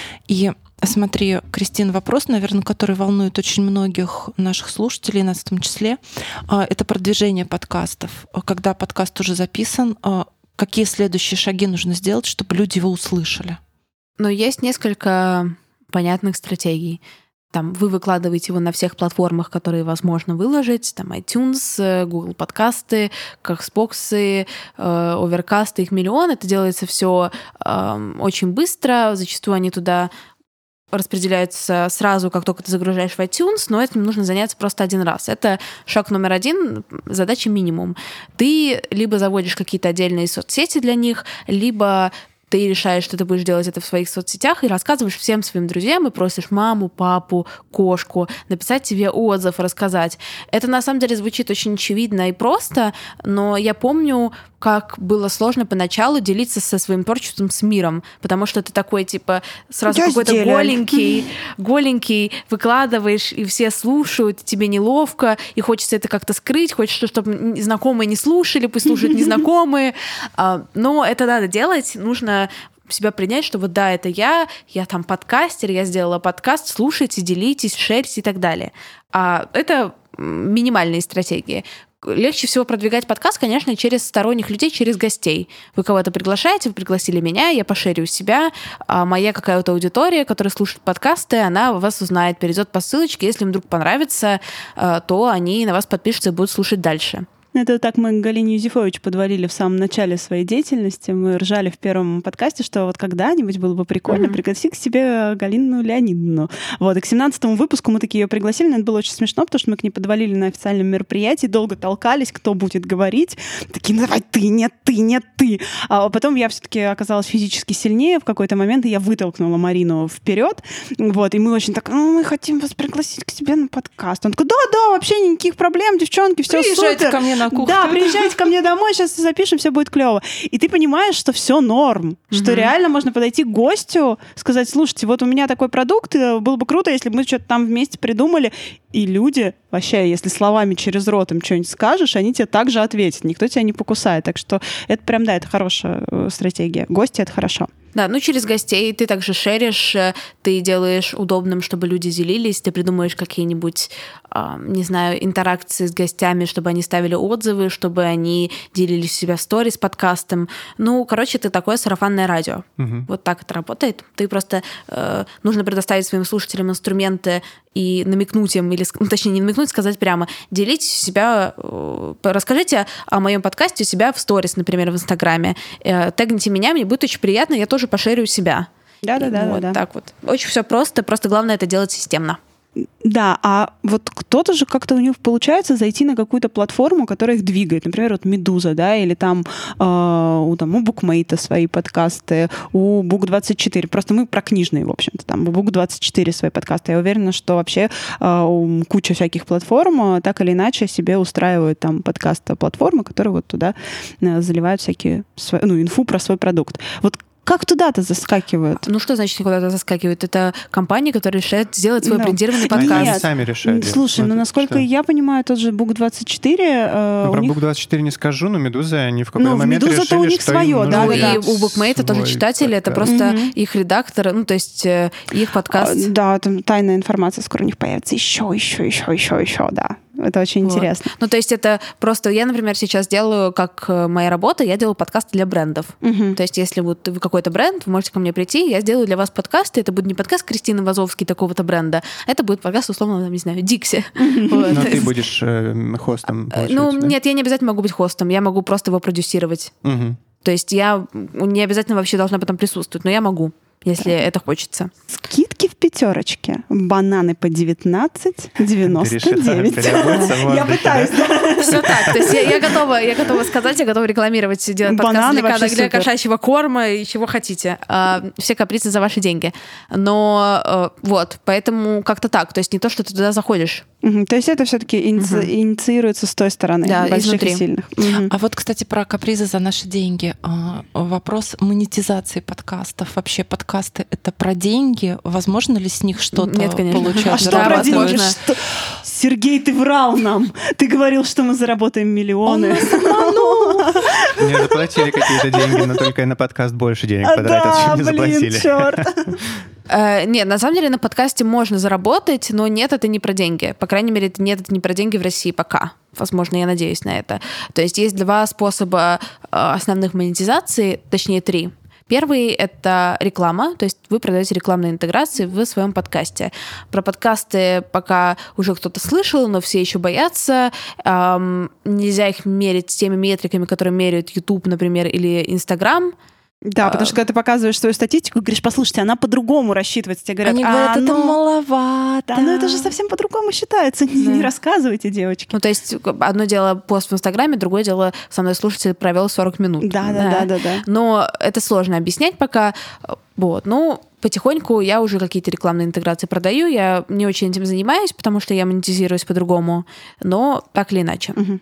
И смотри, Кристина, вопрос, наверное, который волнует очень многих наших слушателей, нас в том числе, это продвижение подкастов. Когда подкаст уже записан, какие следующие шаги нужно сделать, чтобы люди его услышали? Но есть несколько понятных стратегий. Там, вы выкладываете его на всех платформах, которые возможно выложить, там iTunes, Google подкасты, Castbox, Overcast, их миллион. Это делается все э, очень быстро, зачастую они туда распределяются сразу, как только ты загружаешь в iTunes, но этим нужно заняться просто один раз. Это шаг номер один, задача минимум. Ты либо заводишь какие-то отдельные соцсети для них, либо ты решаешь, что ты будешь делать это в своих соцсетях и рассказываешь всем своим друзьям и просишь маму, папу, кошку написать тебе отзыв, рассказать. Это на самом деле звучит очень очевидно и просто, но я помню, как было сложно поначалу делиться со своим творчеством с миром, потому что ты такой, типа, сразу Я какой-то сделаю. голенький, голенький, выкладываешь, и все слушают, тебе неловко, и хочется это как-то скрыть, хочется, чтобы знакомые не слушали, пусть слушают незнакомые. Но это надо делать, нужно себя принять, что вот да, это я, я там подкастер, я сделала подкаст, слушайте, делитесь, шерьте и так далее. А это минимальные стратегии. Легче всего продвигать подкаст, конечно, через сторонних людей, через гостей. Вы кого-то приглашаете, вы пригласили меня, я пошерю себя, а моя какая-то аудитория, которая слушает подкасты, она вас узнает, перейдет по ссылочке. Если им вдруг понравится, то они на вас подпишутся и будут слушать дальше. Это так мы Галине Юзефович подвалили в самом начале своей деятельности. Мы ржали в первом подкасте, что вот когда-нибудь было бы прикольно mm-hmm. пригласить к себе Галину Леонидовну. Вот, и к семнадцатому выпуску мы таки ее пригласили, но это было очень смешно, потому что мы к ней подвалили на официальном мероприятии, долго толкались, кто будет говорить. Такие, ну давай ты, нет ты, нет ты. А потом я все-таки оказалась физически сильнее в какой-то момент, и я вытолкнула Марину вперед. Вот, и мы очень так, ну, мы хотим вас пригласить к себе на подкаст. Он такой, да-да, вообще никаких проблем, девчонки, все супер. Ко мне на кухню. Да, приезжайте ко мне домой, сейчас запишем, все будет клево. И ты понимаешь, что все норм, mm-hmm. что реально можно подойти к гостю, сказать, слушайте, вот у меня такой продукт, было бы круто, если бы мы что-то там вместе придумали. И люди, вообще, если словами через рот им что-нибудь скажешь, они тебе также ответят, никто тебя не покусает. Так что это прям, да, это хорошая стратегия. Гости — это хорошо. Да, ну через гостей ты также шеришь, ты делаешь удобным, чтобы люди делились, ты придумаешь какие-нибудь, не знаю, интеракции с гостями, чтобы они ставили отзывы, чтобы они делились у себя в сторис подкастом. Ну, короче, это такое сарафанное радио. Угу. Вот так это работает. Ты просто э, нужно предоставить своим слушателям инструменты и намекнуть им, или, ну, точнее, не намекнуть, сказать прямо, делитесь у себя, расскажите о моем подкасте у себя в сторис, например, в Инстаграме, тегните меня, мне будет очень приятно, я тоже пошерю у себя. Да-да-да. Вот да. так вот. Очень все просто, просто главное это делать системно. Да, а вот кто-то же как-то у них получается зайти на какую-то платформу, которая их двигает. Например, вот «Медуза», да, или там, э, у, там у Букмейта свои подкасты, у Бук двадцать четыре. Просто мы про книжные, в общем-то. Там у Бук двадцать четыре свои подкасты. Я уверена, что вообще э, куча всяких платформ так или иначе себе устраивают там подкаст-платформы, которые вот туда э, заливают всякие, свои, ну, инфу про свой продукт. Вот как туда-то заскакивают? Ну, что значит куда-то заскакивают? Это компании, которые решают сделать свой No. брендированный Они подкаст. сами решают. Слушай, ну, насколько что? я понимаю, тот же Бук двадцать четыре... Э, Ну, у про них... Бук двадцать четыре не скажу, но «Медуза» они в какой-то Ну, в момент «Медуза»-то решили, у них что своё, им да, нужно да, Ну, да. и у Букмейта тоже свой читатели, это подкаст. просто Мгм. их редактор, ну, то есть э, их подкаст. А, Да, там тайная информация скоро у них появится. Еще, еще, еще, еще, еще, да. Это очень Вот. интересно. Ну, то есть это просто... Я, например, сейчас делаю, как э, моя работа, я делаю подкасты для брендов. Мгм. То есть если вот вы какой-то бренд, вы можете ко мне прийти, я сделаю для вас подкасты. Это будет не подкаст Кристины Вазовский такого-то бренда, это будет подкаст, условно, там, не знаю, Дикси. Вот. Но ты будешь э, хостом, Ну, получается, да? нет, я не обязательно могу быть хостом, я могу просто его продюсировать. Мгм. То есть я не обязательно вообще должна потом присутствовать, но я могу, если это хочется. Скидки в пятерочке. Бананы по девятнадцать девяносто Ты решила девять. переобуться в Я воздухе, пытаюсь, да. Все так. То есть я, я готова, я готова сказать, я готова рекламировать, делать подкасты Бананы для, вообще для супер. кошачьего корма и чего хотите. А, все каприцы за ваши деньги. Но э, вот, поэтому как-то так. То есть не то, что ты туда заходишь. Мгм. То есть это все-таки инициируется с той стороны, Да, больших изнутри. и сильных. Мгм. А вот, кстати, про капризы за наши деньги. А, Вопрос монетизации подкастов. Вообще подкасты — это про деньги? Возможно ли с них что-то Нет, конечно. получать? А что Да, про деньги? возможно. Что? Сергей, ты врал нам. Ты говорил, что мы заработаем миллионы. Мне заплатили какие-то деньги, но только я на подкаст больше денег А, потратил, да, чем не блин, заплатили. черт. Э, нет, на самом деле на подкасте можно заработать, но нет, это не про деньги. По крайней мере, это- нет, это не про деньги в России пока. Возможно, я надеюсь на это. То есть есть два способа э, основных монетизации, точнее три. Первый — это реклама, то есть вы продаете рекламные интеграции в своем подкасте. Про подкасты пока уже кто-то слышал, но все еще боятся. Эм, нельзя их мерить теми метриками, которые меряют YouTube, например, или Instagram. Да, потому что когда ты показываешь свою статистику, говоришь, послушайте, она по-другому рассчитывается. Тебе говорят, Они а, говорят, это ну, маловато. да, ну это же совсем по-другому считается. Не, Да. не рассказывайте, девочки. Ну, то есть одно дело пост в Инстаграме, другое дело со мной слушатель провел сорок минут. Да, да, да, да, да. Но это сложно объяснять пока. Вот. Ну, потихоньку я уже какие-то рекламные интеграции продаю. Я не очень этим занимаюсь, потому что я монетизируюсь по-другому. Но так или иначе. Мгм.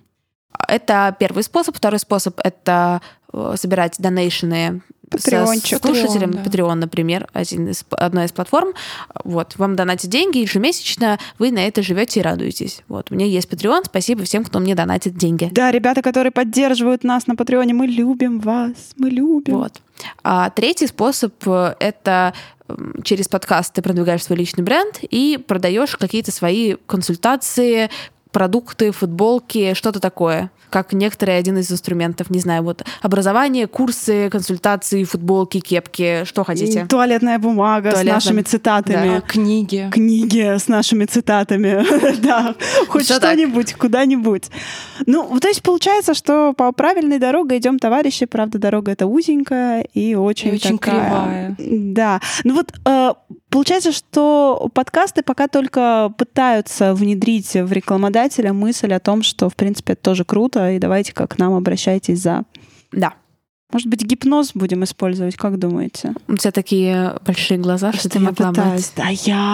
Это первый способ. Второй способ — это э, собирать донейшены со Патреончик. слушателям. Патреон, да. Patreon, например, один из, одна из платформ. Вот. Вам донатят деньги ежемесячно, вы на это живете и радуетесь. Вот. У меня есть Patreon. Спасибо всем, кто мне донатит деньги. Да, ребята, которые поддерживают нас на Патреоне, мы любим вас, мы любим. Вот. А третий способ — это м, через подкаст ты продвигаешь свой личный бренд и продаешь какие-то свои консультации, продукты, футболки, что-то такое. Как некоторые один из инструментов, не знаю, вот образование, курсы, консультации, футболки, кепки, что хотите. Туалетная бумага Туалетная. с нашими цитатами. А, книги. Книги с нашими цитатами. Да, хоть Всё так. что-нибудь, куда-нибудь. Ну, то есть получается, что по правильной дороге идем, товарищи. Правда, дорога эта узенькая и очень, И очень такая- кривая. Да. Ну вот э, получается, что подкасты пока только пытаются внедрить в рекламодателя мысль о том, что, в принципе, это тоже круто, и давайте-ка к нам обращайтесь за... Да. Может быть, гипноз будем использовать, как думаете? У тебя такие большие глаза, что ты я могла бы... пытаюсь. Да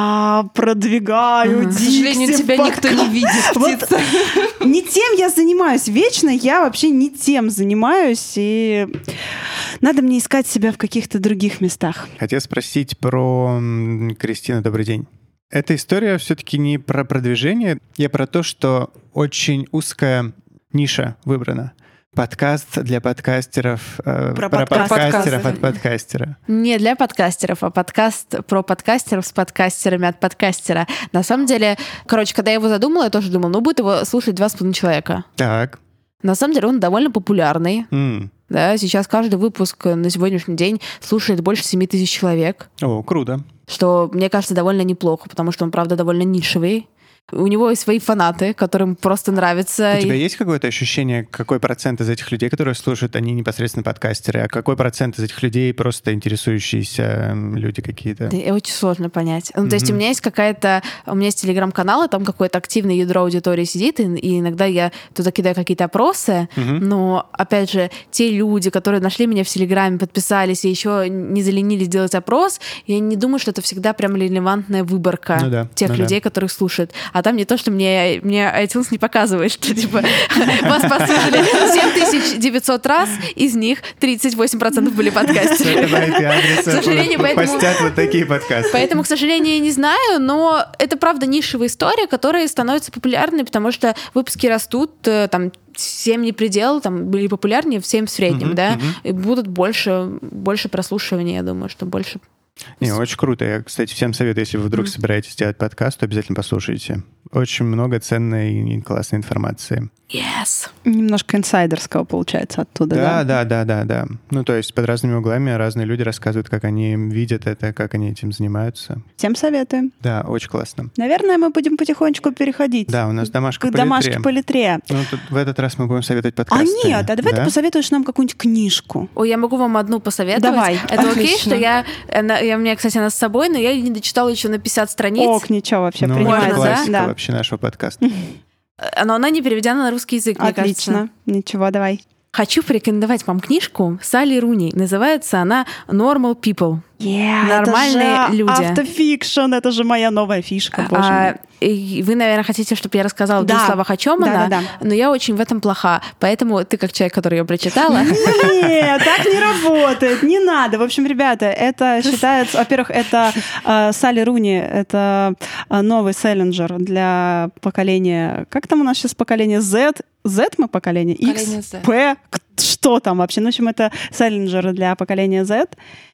я продвигаю Мгм. К сожалению, Дикси тебя никто подкаст. не видит, Вот птица. не тем я занимаюсь. Вечно я вообще не тем занимаюсь. И надо мне искать себя в каких-то других местах. Хотел спросить про м, Кристина, добрый день. Эта история все-таки не про продвижение, я про то, что очень узкая ниша выбрана. Подкаст для подкастеров, э, Про про подкасты. подкастеров от подкастера. Не для подкастеров, а подкаст про подкастеров с подкастерами от подкастера. На самом деле, короче, когда я его задумала, я тоже думала, ну, будет его слушать два с половиной человека. Так. На самом деле он довольно популярный. М. Да, сейчас каждый выпуск на сегодняшний день слушает больше семи тысяч человек. О, круто. Что что, мне кажется, довольно неплохо, потому что он, правда, довольно нишевый. У него есть свои фанаты, которым просто нравится. У тебя и... есть какое-то ощущение, какой процент из этих людей, которые слушают, они непосредственно подкастеры, а какой процент из этих людей просто интересующиеся люди какие-то? Да, очень сложно понять. Ну, Mm-hmm. то есть у меня есть какая-то... У меня есть телеграм-канал, и там какое-то активное ядро аудитории сидит, и, и иногда я туда кидаю какие-то опросы, Mm-hmm. но, опять же, те люди, которые нашли меня в Телеграме, подписались и еще не заленились делать опрос, я не думаю, что это всегда прям релевантная выборка ну да, тех ну людей, да. которых слушают. А там не то, что мне, мне iTunes не показывает, что типа вас послушали семь тысяч девятьсот раз, из них тридцать восемь процентов были подкастеры. К сожалению, поэтому... постят вот такие подкасты. Поэтому, к сожалению, я не знаю, но это, правда, нишевая история, которая становится популярной, потому что выпуски растут, там, семь не предел, там, были популярнее, в семь в среднем, Uh-huh, да, uh-huh. и будут больше, больше прослушивания, я думаю, что больше... Не, очень круто. Я, кстати, всем советую, если вы вдруг mm. собираетесь делать подкаст, то обязательно послушайте. Очень много ценной и классной информации. Yes. Немножко инсайдерского получается оттуда, да? Да, да, да, да, да. Ну, то есть под разными углами разные люди рассказывают, как они видят это, как они этим занимаются. Всем советуем. Да, очень классно. Наверное, мы будем потихонечку переходить. Да, у нас домашка к по литре. домашке по литре. Ну, тут в этот раз мы будем советовать А подкасты. нет, а давай да? ты посоветуешь нам какую-нибудь книжку. Ой, я могу вам одну посоветовать. Давай. Это Отлично. окей, что я... Она, я... У меня, кстати, она с собой, но я ее не дочитала еще на пятьдесят страниц. Ок, ничего вообще, Ну, принимается. это Можно, классика да? вообще нашего подкаста. Но она не переведена на русский язык, мне кажется. Отлично. Ничего, давай. Хочу порекомендовать вам книжку Салли Руни. Называется она «Normal People». Yeah, Нормальные это же люди. Автофикшн, это же моя новая фишка, боже мой. А, и вы, наверное, хотите, чтобы я рассказала в Да. двух словах, о чем Да, она, да, но я очень в этом плоха. Поэтому ты, как человек, который ее прочитала... Нет, так не работает, не надо. В общем, ребята, это считается... Во-первых, это э, Салли Руни, это э, новый селлинджер для поколения... Как там у нас сейчас поколение Z? Z мы поколение? Поколение X? Z. P? Что там вообще? Ну, в общем, это селлинджер для поколения Z.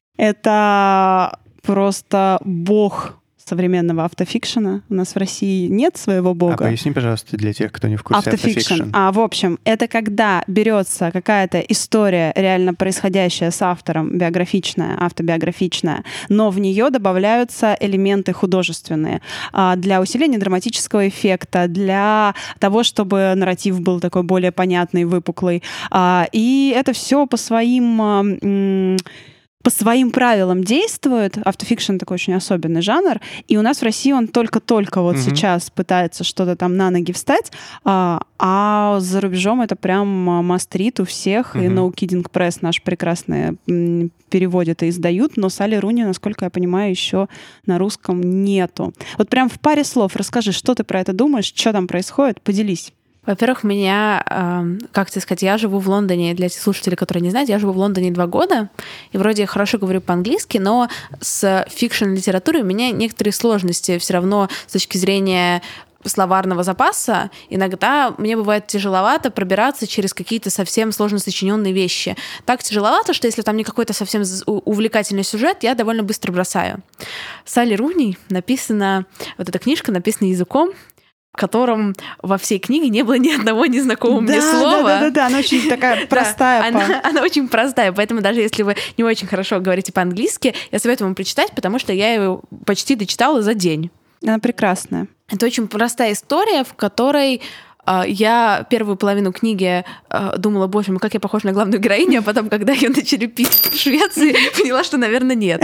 Это просто бог современного автофикшена. У нас в России нет своего бога. А поясни, пожалуйста, для тех, кто не в курсе автофикшн. А, в общем, это когда берется какая-то история, реально происходящая с автором, биографичная, автобиографичная, но в нее добавляются элементы художественные а, для усиления драматического эффекта, для того, чтобы нарратив был такой более понятный, выпуклый. А, и это все по своим... М- по своим правилам действует. Автофикшн такой очень особенный жанр. И у нас в России он только-только вот Мгм. сейчас пытается что-то там на ноги встать, а, а за рубежом это прям мастрит у всех. И Мгм. No Kidding Press наш прекрасные м, переводят и издают, но Салли Руни, насколько я понимаю, еще на русском нету. Вот прям в паре слов расскажи, что ты про это думаешь, что там происходит, поделись. Во-первых, меня, э, как тебе сказать, я живу в Лондоне, для тех слушателей, которые не знают, я живу в Лондоне два года, и вроде я хорошо говорю по-английски, но с фикшн-литературой у меня некоторые сложности все равно с точки зрения словарного запаса. Иногда мне бывает тяжеловато пробираться через какие-то совсем сложно сочиненные вещи. Так тяжеловато, что если там не какой-то совсем увлекательный сюжет, я довольно быстро бросаю. Салли Руни написана, вот эта книжка написана языком, в котором во всей книге не было ни одного незнакомого да, мне слова. Да-да-да, она очень такая простая. Да, она, она очень простая, поэтому даже если вы не очень хорошо говорите по-английски, я советую вам прочитать, потому что я ее почти дочитала за день. Она прекрасная. Это очень простая история, в которой э, я первую половину книги э, думала, боже мой, как я похожа на главную героиню, а потом, когда ее начали пить в Швеции, поняла, что, наверное, нет.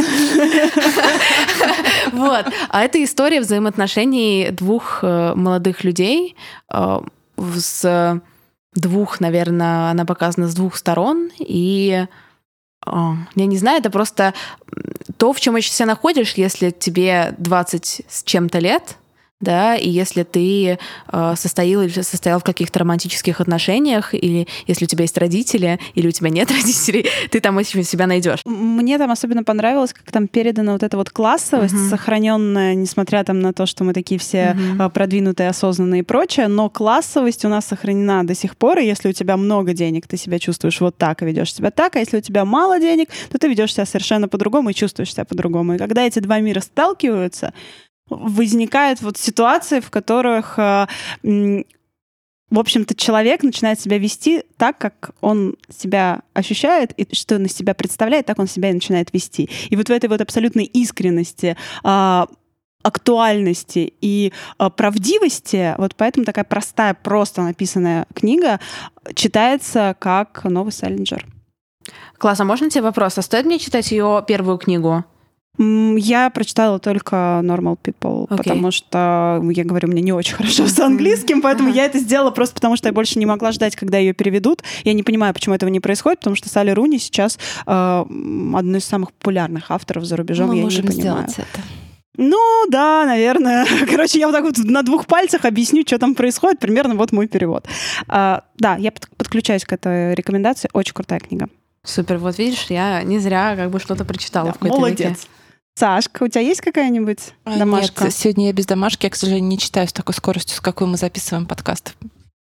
Вот. А это история взаимоотношений двух э, молодых людей э, с двух, наверное, она показана с двух сторон, и я не знаю, это просто то, в чем еще себя находишь, если тебе двадцать с чем-то лет, да, и если ты э, состоял или состоял в каких-то романтических отношениях, или если у тебя есть родители, или у тебя нет родителей, ты там очень себя найдешь. Мне там особенно понравилось, как там передана вот эта вот классовость, uh-huh. сохраненная, несмотря там на то, что мы такие все uh-huh. продвинутые, осознанные и прочее, но классовость у нас сохранена до сих пор, и если у тебя много денег, ты себя чувствуешь вот так и ведешь себя так, а если у тебя мало денег, то ты ведешь себя совершенно по-другому и чувствуешь себя по-другому. И когда эти два мира сталкиваются, возникают вот ситуации, в которых э, м, в общем-то, человек начинает себя вести так, как он себя ощущает, и что он из себя представляет, так он себя и начинает вести. И вот в этой вот абсолютной искренности, а, актуальности и а, правдивости, вот поэтому такая простая, просто написанная книга читается как новый Сэлинджер. Класс, а можно тебе вопрос? А стоит мне читать ее первую книгу? Я прочитала только Normal People, okay. потому что, я говорю, мне не очень хорошо с английским, поэтому uh-huh. я это сделала просто потому, что я больше не могла ждать, когда ее переведут. Я не понимаю, почему этого не происходит, потому что Салли Руни сейчас э, одной из самых популярных авторов за рубежом. Мы я можем не понимаю. сделать это. Ну, да, наверное. Короче, я вот так вот на двух пальцах объясню, что там происходит. Примерно вот мой перевод. А, да, я подключаюсь к этой рекомендации. Очень крутая книга. Супер. Вот видишь, я не зря как бы что-то прочитала да, в какой-то молодец. веке. Сашка, у тебя есть какая-нибудь домашка? Нет, сегодня я без домашки. Я, к сожалению, не читаю с такой скоростью, с какой мы записываем подкаст.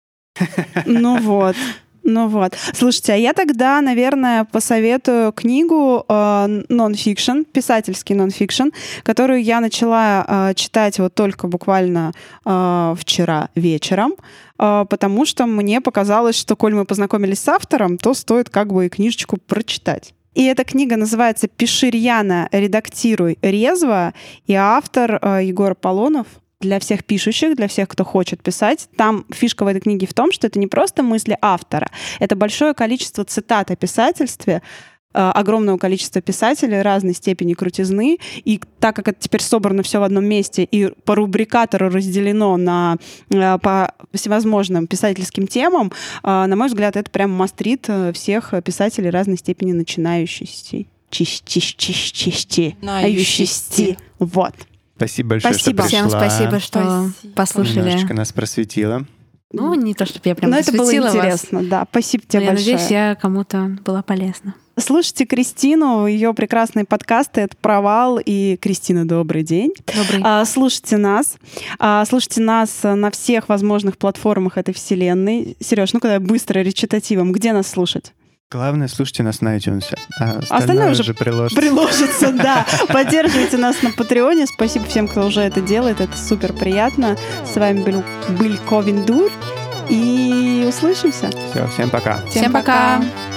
Ну вот. Ну вот. Слушайте, а я тогда, наверное, посоветую книгу нон-фикшн, э, писательский нон-фикшн, которую я начала э, читать вот только буквально э, вчера вечером, э, потому что мне показалось, что, коль мы познакомились с автором, то стоит как бы и книжечку прочитать. И эта книга называется «Пиши рьяно, редактируй резво», и автор э, Егор Полонов. Для всех пишущих, для всех, кто хочет писать. Там фишка в этой книге в том, что это не просто мысли автора, это большое количество цитат о писательстве, э, огромного количества писателей разной степени крутизны. И так как это теперь собрано все в одном месте и по рубрикатору разделено на, э, по всевозможным писательским темам, э, на мой взгляд, это прям мастрит всех писателей разной степени начинающихся. Чищ-чищ-чищ-чищ. Нающисти. Вот. Спасибо большое, спасибо. что пришла. Всем спасибо, что спасибо. послушали. Немножечко нас просветила. Ну, не то, чтобы я прям Но это было интересно, вас. Да. Спасибо тебе Но большое. Я надеюсь, я кому-то была полезна. Слушайте Кристину, ее прекрасные подкасты «Это провал» и «Кристина, добрый день». Добрый. А, слушайте нас. А, слушайте нас на всех возможных платформах этой вселенной. Сереж, ну-ка быстро речитативом. Где нас слушать? Главное, слушайте нас на iTunes. А остальное, остальное уже приложится. Приложится, да. Поддерживайте нас на Патреоне. Спасибо всем, кто уже это делает. Это супер приятно. С вами был, был Ковендур. И услышимся. Все, всем пока. Всем, всем пока. пока.